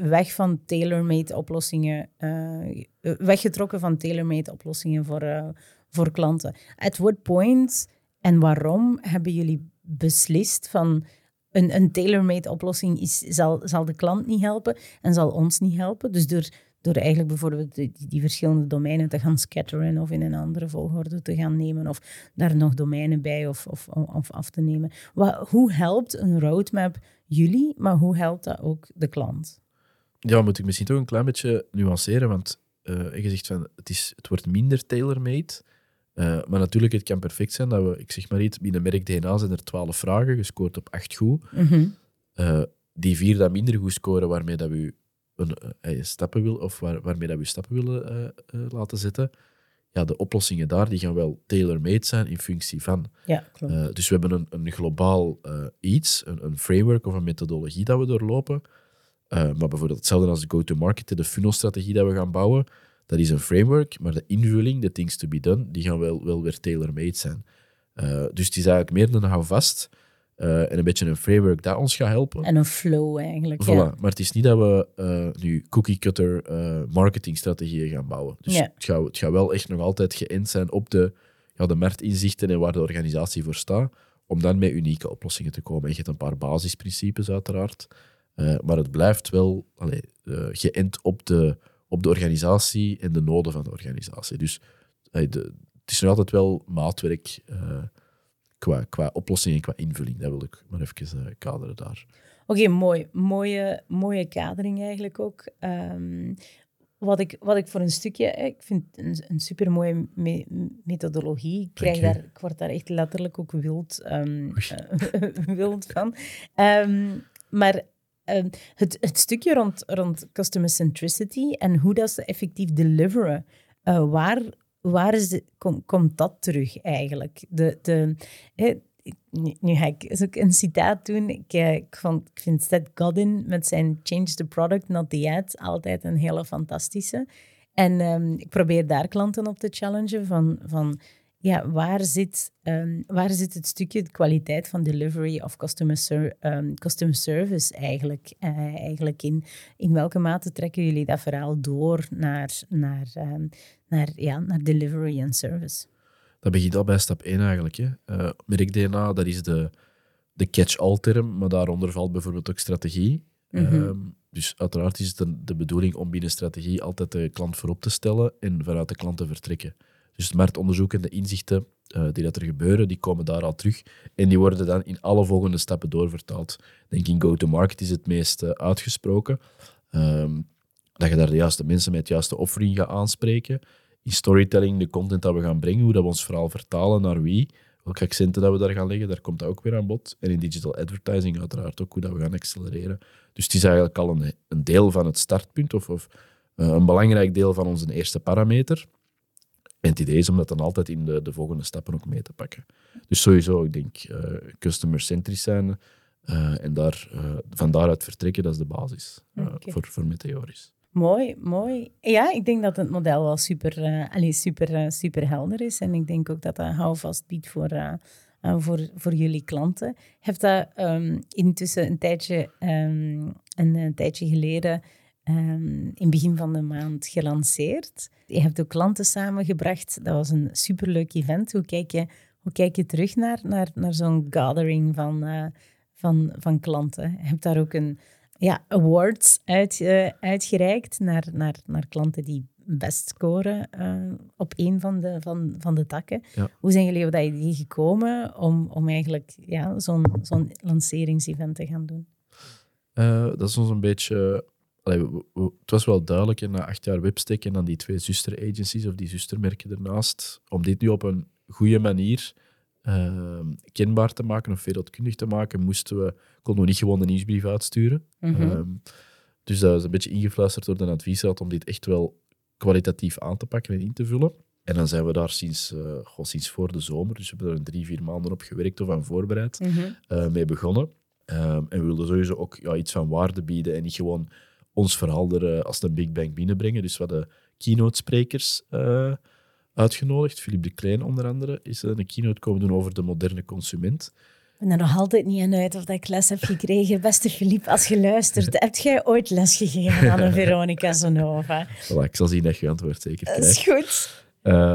weggetrokken van tailor-made oplossingen voor klanten. At what point en waarom hebben jullie beslist van een tailor-made oplossing zal de klant niet helpen en zal ons niet helpen? Dus door eigenlijk bijvoorbeeld die verschillende domeinen te gaan scatteren of in een andere volgorde te gaan nemen of daar nog domeinen bij of af te nemen. Hoe helpt een roadmap jullie, maar hoe helpt dat ook de klant? Ja, moet ik misschien toch een klein beetje nuanceren, want je zegt van het wordt minder tailor-made. Maar natuurlijk, het kan perfect zijn dat we, ik zeg maar iets, binnen merk DNA zijn er 12 vragen, gescoord op 8 goed. Mm-hmm. Die 4 dat minder goed scoren, waarmee dat we stappen wil, of waarmee dat we stappen willen laten zetten. Ja, de oplossingen daar die gaan wel tailor-made zijn in functie van. Ja, klopt. Dus we hebben een globaal iets, een framework of een methodologie dat we doorlopen. Maar bijvoorbeeld hetzelfde als de go-to-market, de funnelstrategie dat we gaan bouwen. Dat is een framework, maar de invulling, de things to be done, die gaan wel weer tailor-made zijn. Dus het is eigenlijk meer een houvast en een beetje een framework dat ons gaat helpen. En een flow eigenlijk. Voilà. Ja. Maar het is niet dat we nu cookie-cutter marketingstrategieën gaan bouwen. Dus het gaat wel echt nog altijd geënt zijn op de marktinzichten en waar de organisatie voor staat, om dan met unieke oplossingen te komen. En je hebt een paar basisprincipes uiteraard, maar het blijft wel geënt op de organisatie en de noden van de organisatie. Dus het is nog altijd wel maatwerk qua oplossing en qua invulling. Dat wil ik maar even kaderen daar. Oké, mooi. Mooie kadering eigenlijk ook. Wat ik voor een stukje... Ik vind een supermooie methodologie. Ik word daar echt letterlijk ook wild van. Maar... het stukje rond customer centricity en hoe dat ze effectief deliveren, waar komt dat terug eigenlijk? Nu ga ik ook een citaat doen. Ik vind Seth Godin met zijn Change the Product, Not the Ad altijd een hele fantastische. En ik probeer daar klanten op te challengen van waar zit het stukje de kwaliteit van delivery of customer service eigenlijk in? In welke mate trekken jullie dat verhaal door naar delivery en service? Dat begint al bij stap 1 eigenlijk. Merk DNA, dat is de catch-all term, maar daaronder valt bijvoorbeeld ook strategie. Mm-hmm. Dus uiteraard is het de bedoeling om binnen strategie altijd de klant voorop te stellen en vanuit de klant te vertrekken. Dus het marktonderzoek en de inzichten die dat er gebeuren, die komen daar al terug. En die worden dan in alle volgende stappen doorvertaald. Ik denk in go-to-market is het meest uitgesproken. Dat je daar de juiste mensen met het juiste offering gaat aanspreken. In storytelling, de content dat we gaan brengen, hoe dat we ons verhaal vertalen naar wie, welke accenten dat we daar gaan leggen, daar komt dat ook weer aan bod. En in digital advertising uiteraard ook, hoe dat we gaan accelereren. Dus het is eigenlijk al een deel van het startpunt, of een belangrijk deel van onze eerste parameter. En het idee is om dat dan altijd in de volgende stappen ook mee te pakken. Dus sowieso, ik denk, customer-centrisch zijn en van daaruit vertrekken, dat is de basis voor Meteoris. Mooi. Ja, ik denk dat het model wel super helder is. En ik denk ook dat dat houvast biedt voor jullie klanten. Je hebt dat intussen een tijdje geleden in het begin van de maand gelanceerd. Je hebt ook klanten samengebracht. Dat was een superleuk event. Hoe kijk je terug naar zo'n gathering van klanten? Je hebt daar ook awards uitgereikt naar klanten die best scoren op een van de takken. Ja. Hoe zijn jullie op dat idee gekomen om eigenlijk zo'n lanceringsevent te gaan doen? Dat is ons een beetje... het was wel duidelijk na 8 jaar Webstack en dan die 2 zusteragencies of die zustermerken ernaast, om dit nu op een goede manier kenbaar te maken of wereldkundig te maken, konden we niet gewoon een nieuwsbrief uitsturen. Mm-hmm. Dus dat is een beetje ingefluisterd door de adviesraad om dit echt wel kwalitatief aan te pakken en in te vullen. En dan zijn we daar sinds voor de zomer, dus we hebben er 3-4 maanden op gewerkt of aan voorbereid, mee begonnen. En we wilden sowieso ook iets van waarde bieden en niet gewoon ons verhaal er als een Big Bang binnenbrengen. Dus we hadden keynote-sprekers uitgenodigd. Philippe de Klein onder andere is een keynote komen doen over de moderne consument. Ik ben er nog altijd niet aan uit of dat ik les heb gekregen. Beste Philippe, als je luistert, heb jij ooit les gegeven aan een Veronica Zonova? Voilà, ik zal zien dat je antwoord zeker krijgt. Dat is goed.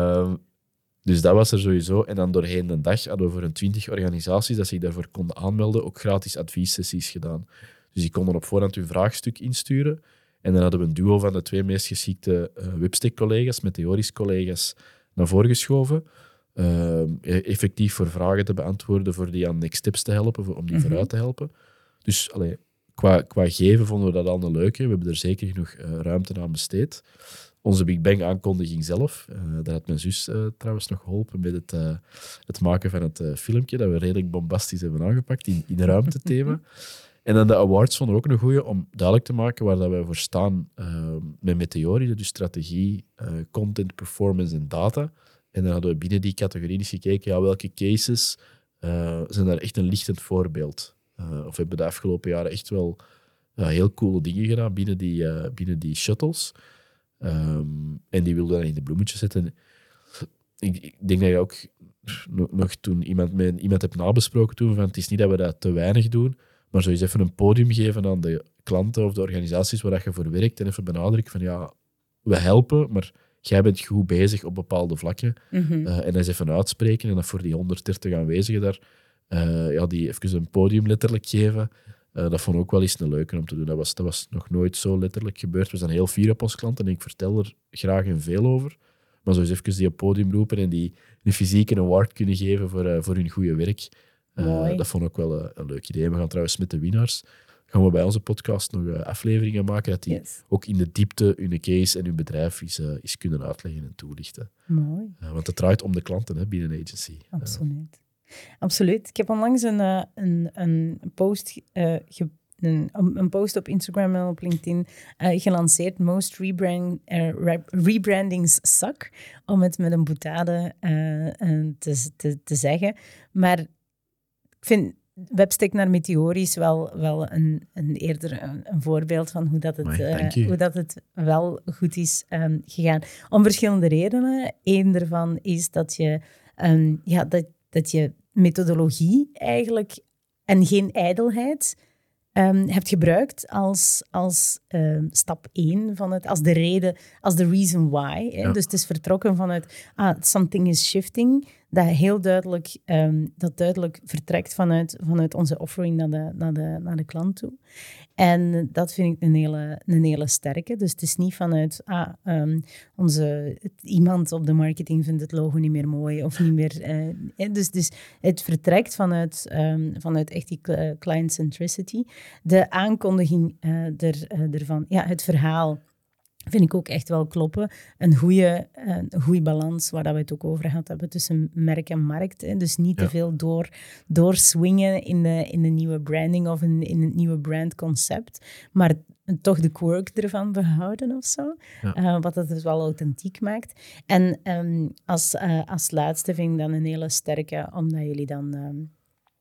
Dus dat was er sowieso. En dan doorheen de dag hadden we voor een 20 organisaties dat zich daarvoor konden aanmelden ook gratis adviessessies gedaan. Dus die konden op voorhand hun vraagstuk insturen. En dan hadden we een duo van de 2 meest geschikte Webstack-collega's, Meteoris-collega's, naar voren geschoven. Effectief voor vragen te beantwoorden, voor die aan next steps te helpen, om die vooruit te helpen. Dus qua geven vonden we dat al een leuke. We hebben er zeker genoeg ruimte aan besteed. Onze Big Bang aankondiging zelf, daar had mijn zus trouwens nog geholpen met het maken van het filmpje, dat we redelijk bombastisch hebben aangepakt in ruimtethema. En dan de awards vonden we ook een goeie om duidelijk te maken waar dat wij voor staan met Meteori, dus strategie, content, performance en data. En dan hadden we binnen die categorie eens gekeken, welke cases zijn daar echt een lichtend voorbeeld. Of hebben de afgelopen jaren echt wel heel coole dingen gedaan binnen die shuttles. En die wilden dan in de bloemetjes zetten. Ik denk dat je ook nog toen iemand hebt nabesproken toen, van het is niet dat we dat te weinig doen, maar zo eens even een podium geven aan de klanten of de organisaties waar je voor werkt en even benadrukken van we helpen, maar jij bent goed bezig op bepaalde vlakken. En dat is even uitspreken en dat voor die 130 aanwezigen daar die even een podium letterlijk geven. Dat vond ik ook wel eens een leuke om te doen. Dat was nog nooit zo letterlijk gebeurd. We zijn heel fier op ons klanten en ik vertel er graag en veel over. Maar zo eens even die op podium roepen en die een fysieke award kunnen geven voor hun goede werk. Dat vond ik ook wel een leuk idee. We gaan trouwens met de winnaars gaan we bij onze podcast nog afleveringen maken dat die ook in de diepte hun case en hun bedrijf is kunnen uitleggen en toelichten. Mooi. Want het draait om de klanten binnen een agency. Absoluut. Absoluut. Ik heb onlangs een post een post op Instagram en op LinkedIn gelanceerd. Most rebrandings suck. Om het met een boutade te zeggen. Maar ik vind Webstack naar Meteoris wel eerder een voorbeeld van hoe dat het wel goed is gegaan. Om verschillende redenen. Eén daarvan is dat je dat je methodologie eigenlijk en geen ijdelheid hebt gebruikt als stap 1 van het, als de reden, als de reason why. Ja. Dus het is vertrokken vanuit something is shifting, dat heel duidelijk vertrekt vanuit onze offering naar de klant toe. En dat vind ik een hele sterke. Dus het is niet vanuit iemand op de marketing vindt het logo niet meer mooi of niet meer. Dus het vertrekt vanuit echt die client centricity. De aankondiging ervan, het verhaal vind ik ook echt wel kloppen. Een goede balans, waar we het ook over gehad hebben, tussen merk en markt. Hè. Dus niet te veel doorswingen in de nieuwe branding of in het nieuwe brandconcept, maar toch de quirk ervan behouden of zo. Ja. Wat het dus wel authentiek maakt. En als laatste vind ik dan een hele sterke, omdat jullie dan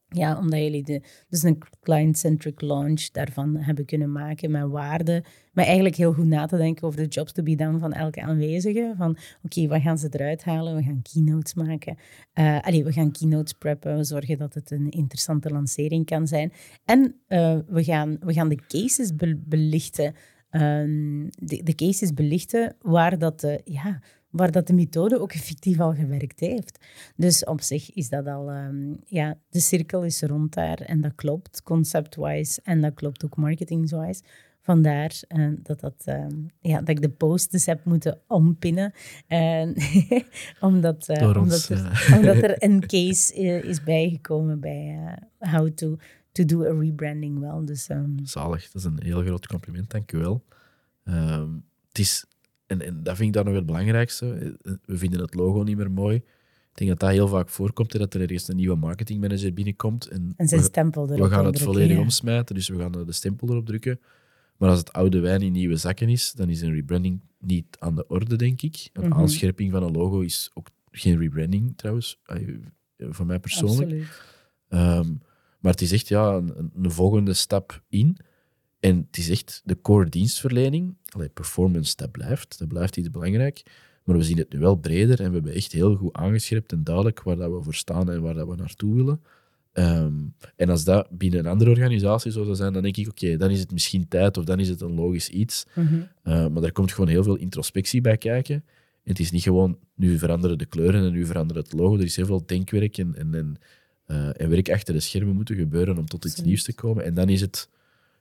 Ja, omdat jullie dus een client-centric launch daarvan hebben kunnen maken met waarde. Maar eigenlijk heel goed na te denken over de jobs to be done van elke aanwezige. Van oké, wat gaan ze eruit halen? We gaan keynotes maken. We gaan keynotes preppen. We zorgen dat het een interessante lancering kan zijn. En we gaan de cases belichten. De cases belichten waar dat de methode ook effectief al gewerkt heeft. Dus op zich is dat al... de cirkel is rond daar en dat klopt, concept-wise. En dat klopt ook marketing-wise. Vandaar dat ik de post dus heb moeten ompinnen. Omdat er een case is bijgekomen bij how to do a rebranding wel. Dus, Zalig, dat is een heel groot compliment, dank u wel. Het is... En dat vind ik dan nog het belangrijkste. We vinden het logo niet meer mooi. Ik denk dat dat heel vaak voorkomt, dat er ergens een nieuwe marketingmanager binnenkomt. En zijn stempel erop we gaan het volledig omsmijten, dus we gaan de stempel erop drukken. Maar als het oude wijn in nieuwe zakken is, dan is een rebranding niet aan de orde, denk ik. Een aanscherping van een logo is ook geen rebranding, trouwens. Van mij persoonlijk. Absoluut. Maar het is echt een volgende stap in. En het is echt de core dienstverlening. Performance, dat blijft iets belangrijk. Maar we zien het nu wel breder en we hebben echt heel goed aangescherpt en duidelijk waar dat we voor staan en waar dat we naartoe willen. En als dat binnen een andere organisatie zou zijn, dan denk ik, oké, dan is het misschien tijd of dan is het een logisch iets. Maar er komt gewoon heel veel introspectie bij kijken. En het is niet gewoon, nu veranderen de kleuren en nu verandert het logo. Er is heel veel denkwerk en werk achter de schermen moeten gebeuren om tot iets nieuws te komen. En dan is het...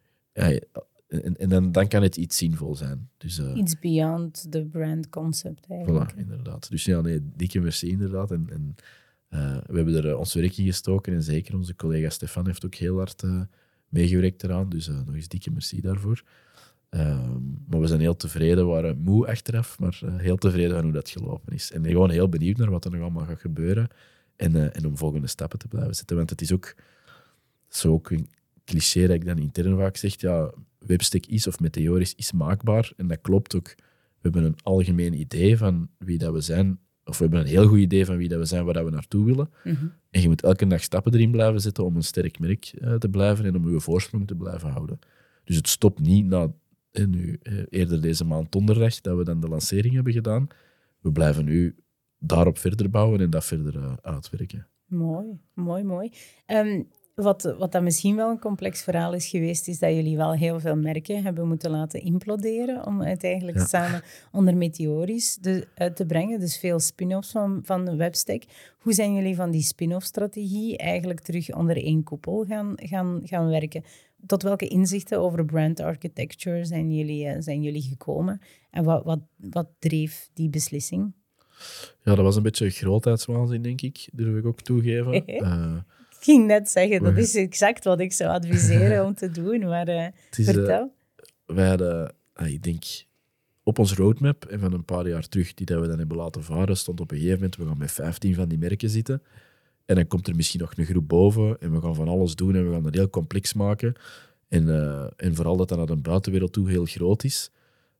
En dan kan het iets zinvol zijn. Dus, iets beyond the brand concept eigenlijk. Voilà, inderdaad. Dus dikke merci inderdaad. En we hebben er ons werk in gestoken en zeker onze collega Stefan heeft ook heel hard meegewerkt eraan. Dus nog eens dikke merci daarvoor. Maar we zijn heel tevreden. We waren moe achteraf, maar heel tevreden van hoe dat gelopen is. En gewoon heel benieuwd naar wat er nog allemaal gaat gebeuren. En om volgende stappen te blijven zetten. Want het is ook zo een cliché dat ik dan intern vaak zeg, Webstack is of Meteor is maakbaar. En dat klopt ook. We hebben een algemeen idee van wie dat we zijn, of we hebben een heel goed idee van wie dat we zijn, waar dat we naartoe willen. En je moet elke dag stappen erin blijven zetten om een sterk merk te blijven en om je voorsprong te blijven houden. Dus het stopt niet na eerder deze maand donderdag dat we dan de lancering hebben gedaan. We blijven nu daarop verder bouwen en dat verder uitwerken. Mooi. Wat dan misschien wel een complex verhaal is geweest, is dat jullie wel heel veel merken hebben moeten laten imploderen om het eigenlijk samen onder Meteoris uit te brengen. Dus veel spin-offs van de Webstack. Hoe zijn jullie van die spin-off-strategie eigenlijk terug onder één koepel gaan werken? Tot welke inzichten over brand architecture zijn jullie gekomen? En wat dreef die beslissing? Ja, dat was een beetje grootheidswaanzin, denk ik. Durf ik ook toegeven. Ik ging net zeggen, dat is exact wat ik zou adviseren om te doen, maar vertel. Wij hadden, ik denk, op ons roadmap, en van een paar jaar terug, die dat we dan hebben laten varen, stond op een gegeven moment, we gaan met 15 van die merken zitten. En dan komt er misschien nog een groep boven en we gaan van alles doen en we gaan dat heel complex maken. En vooral dat dat naar de buitenwereld toe heel groot is.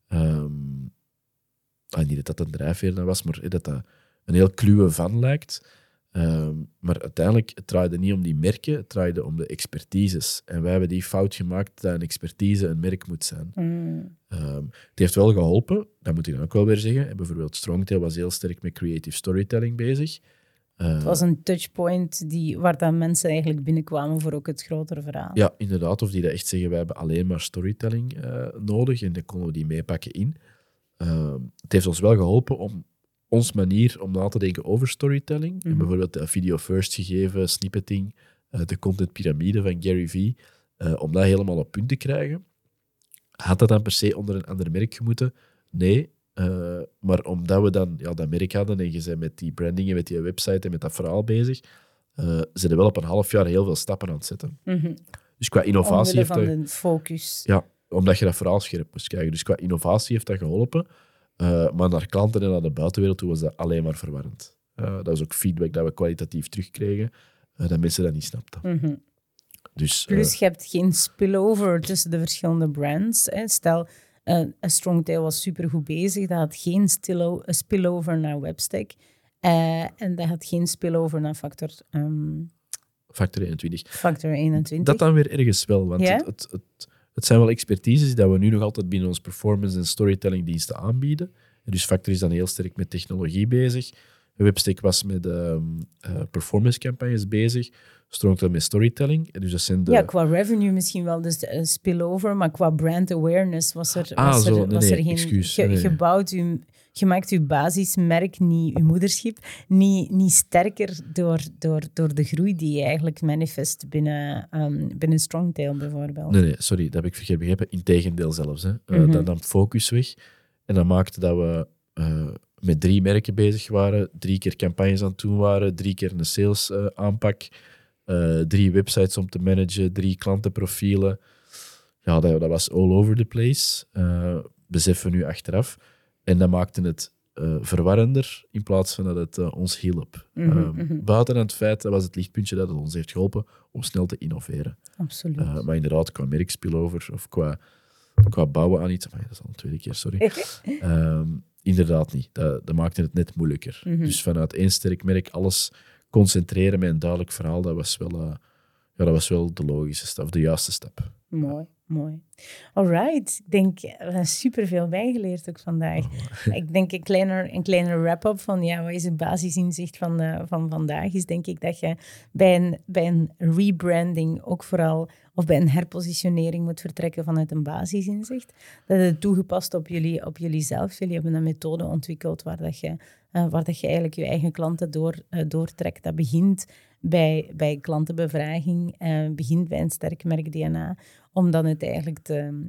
Niet dat dat een drijfveer was, maar dat dat een heel kluwe van lijkt. Maar uiteindelijk, het draaide niet om die merken, het draaide om de expertises. En wij hebben die fout gemaakt dat een expertise een merk moet zijn. Het heeft wel geholpen, dat moet ik dan ook wel weer zeggen. Bijvoorbeeld Strongtail was heel sterk met creative storytelling bezig. Het was een touchpoint waar dan mensen eigenlijk binnenkwamen voor ook het grotere verhaal. Ja, inderdaad. Of die dat echt zeggen, wij hebben alleen maar storytelling nodig en dan konden we die meepakken in. Het heeft ons wel geholpen om ons manier om na te denken over storytelling. En bijvoorbeeld de video first gegeven, snippeting, de content piramide van Gary Vee, om dat helemaal op punt te krijgen. Had dat dan per se onder een ander merk gemoeten? Nee. Maar omdat we dan dat merk hadden en je bent met die branding en met die website en met dat verhaal bezig, zijn er wel op een half jaar heel veel stappen aan het zetten. Dus qua innovatie heeft dat... van de focus. Ja, omdat je dat verhaal scherp moest krijgen. Dus qua innovatie heeft dat geholpen. Maar naar klanten en naar de buitenwereld toe was dat alleen maar verwarrend. Dat was ook feedback dat we kwalitatief terugkregen, dat mensen dat niet snapten. Dus, plus, je hebt geen spillover tussen de verschillende brands. Hè. Stel, Strongtail was supergoed bezig, dat had geen spillover naar Webstack. En dat had geen spillover naar Factor Factor 21. Factor 21. Dat dan weer ergens wel, want Ja? het zijn wel expertises die we nu nog altijd binnen ons performance- en storytelling diensten aanbieden. En dus Factor is dan heel sterk met technologie bezig. Webstack was met performance campagnes bezig. Stroomt dan met storytelling. En dus dat zijn Ja, qua revenue misschien wel dus spillover, maar qua brand awareness was er geen... excuus. Je maakt je basismerk, niet je moederschip, niet sterker door de groei die je eigenlijk manifest binnen Strongtail bijvoorbeeld. Nee, sorry, dat heb ik verkeerd begrepen. Integendeel zelfs. Hè. Dat nam focus weg. En dat maakte dat we met 3 merken bezig waren, 3 keer campagnes aan het doen waren, 3 keer een sales aanpak, 3 websites om te managen, 3 klantenprofielen. Ja, dat was all over the place. Beseffen we nu achteraf. En dat maakte het verwarrender in plaats van dat het ons hielp. Buiten het feit, dat was het lichtpuntje dat het ons heeft geholpen om snel te innoveren. Absoluut. Maar inderdaad, qua merkspillover of qua bouwen aan iets... Maar dat is al een tweede keer, sorry. Inderdaad niet. Dat maakte het net moeilijker. Dus vanuit 1 sterk merk alles concentreren met een duidelijk verhaal, dat was wel de logische stap, de juiste stap. Mooi. Alright. Ik denk, we hebben superveel bijgeleerd ook vandaag. Ik denk een kleine wrap-up van wat is het basisinzicht van vandaag, is denk ik dat je bij een rebranding ook vooral, of bij een herpositionering moet vertrekken vanuit een basisinzicht. Dat het toegepast op jullie zelf. Jullie hebben een methode ontwikkeld waar dat je eigenlijk je eigen klanten doortrekt. Dat begint bij klantenbevraging, begint bij een sterk merk-DNA, om dan het eigenlijk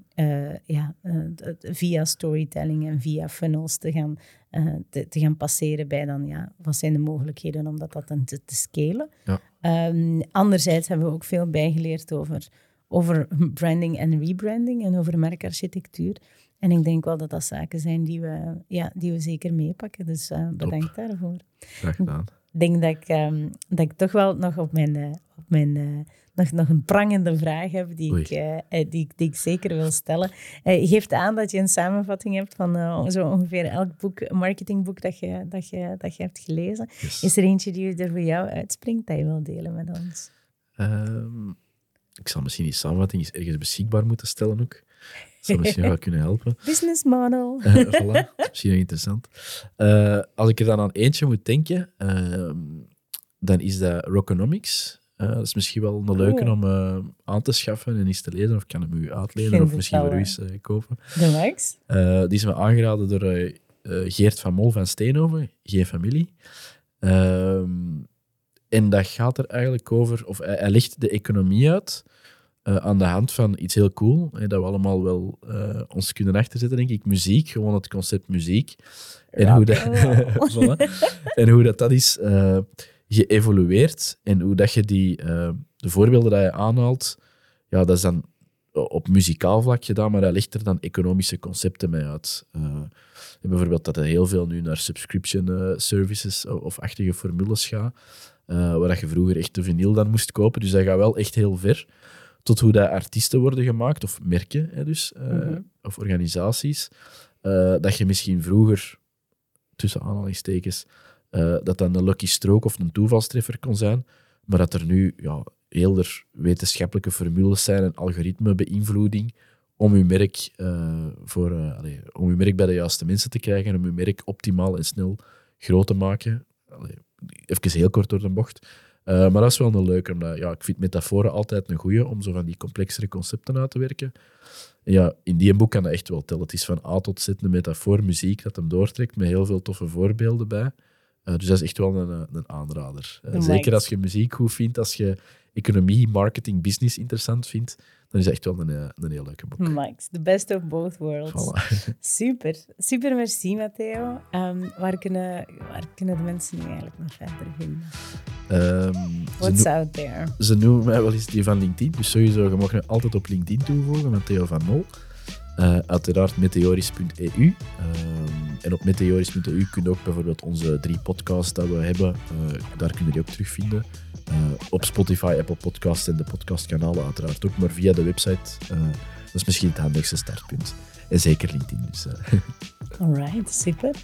via storytelling en via funnels te gaan passeren bij dan, wat zijn de mogelijkheden om dat dan te scalen. Ja. Anderzijds hebben we ook veel bijgeleerd over branding en rebranding en over merkarchitectuur. En ik denk wel dat dat zaken zijn die we zeker meepakken. Dus bedankt daarvoor. Graag gedaan. Ik denk dat ik toch wel nog op mijn nog een prangende vraag heb die ik zeker wil stellen. Je geeft aan dat je een samenvatting hebt van zo ongeveer elk marketingboek dat je hebt gelezen. Yes. Is er eentje die er voor jou uitspringt dat je wil delen met ons? Ik zal misschien die samenvatting eens ergens beschikbaar moeten stellen ook. Dat zou misschien wel kunnen helpen. Business model. Voilà, dat is misschien wel interessant. Als ik er dan aan eentje moet denken, dan is dat Rockonomics. Dat is misschien wel een leuke om aan te schaffen en eens te lezen. Of ik kan hem u uitlenen of misschien voor u eens kopen. De Max. Die is me aangeraden door Geert van Mol van Steenhoven, Geen Familie. En dat gaat er eigenlijk over, of hij legt de economie uit aan de hand van iets heel cool, dat we allemaal wel ons kunnen achterzetten, denk ik. Muziek, gewoon het concept muziek. En hoe dat, voilà. En hoe dat is geëvolueerd en hoe dat je de voorbeelden die je aanhaalt, dat is dan op muzikaal vlak gedaan, maar hij legt er dan economische concepten mee uit. Bijvoorbeeld dat er heel veel nu naar subscription services of achtige formules gaat, waar dat je vroeger echt de vinyl dan moest kopen. Dus dat gaat wel echt heel ver. Tot hoe dat artiesten worden gemaakt, of merken, of organisaties. Dat je misschien vroeger, tussen aanhalingstekens, dat dan een lucky stroke of een toevalstreffer kon zijn, maar dat er nu heel wetenschappelijke formules zijn en algoritmebeïnvloeding om je merk om je merk bij de juiste mensen te krijgen en om je merk optimaal en snel groot te maken. Even heel kort door de bocht. Maar dat is wel een leuke, omdat ik vind metaforen altijd een goeie om zo van die complexere concepten uit te werken. En in die boek kan dat echt wel tellen. Het is van A tot Z een metafoor, muziek dat hem doortrekt, met heel veel toffe voorbeelden bij. Dus dat is echt wel een aanrader. Zeker als je muziek goed vindt, als je economie, marketing, business interessant vindt, dan is dat echt wel een heel leuke boek. Max, the best of both worlds. Voilà. Super merci, Matteo. Waar kunnen de mensen nu eigenlijk nog verder vinden? What's out there? Ze noemen mij wel eens die van LinkedIn, dus sowieso, je mag me altijd op LinkedIn toevoegen, Matteo van Mol. Uiteraard meteoris.eu. En op meteoris.eu kun je ook bijvoorbeeld onze 3 podcasts dat we hebben, daar kun je die ook terugvinden. Op Spotify, Apple Podcasts en de podcastkanalen uiteraard ook, maar via de website, dat is misschien het handigste startpunt. En zeker LinkedIn. Dus, Alright, super.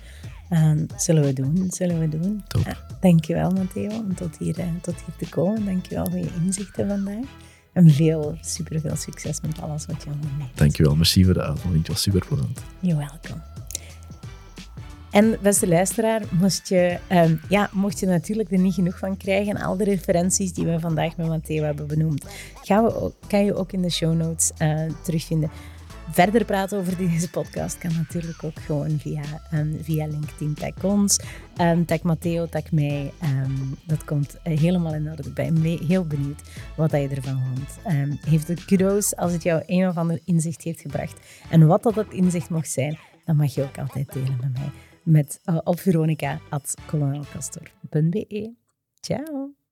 Zullen we doen. Top. Dankjewel, Matteo, om tot hier te komen. Dankjewel voor je inzichten vandaag. En super veel succes met alles wat je onderneemt. Dankjewel, merci voor de uitnodiging. Het was super plezant. You're welcome. En beste luisteraar, mocht je natuurlijk er niet genoeg van krijgen, al de referenties die we vandaag met Matteo hebben benoemd, kan je ook in de show notes terugvinden. Verder praten over deze podcast kan natuurlijk ook gewoon via LinkedIn. Tag ons, tag Matteo, tag mij. Dat komt helemaal in orde. Ik ben heel benieuwd wat je ervan vond. Heeft het kudo's als het jou een of ander inzicht heeft gebracht. En wat dat inzicht mocht zijn, dan mag je ook altijd delen met mij. Op veronica@colonelcastor.be. Ciao!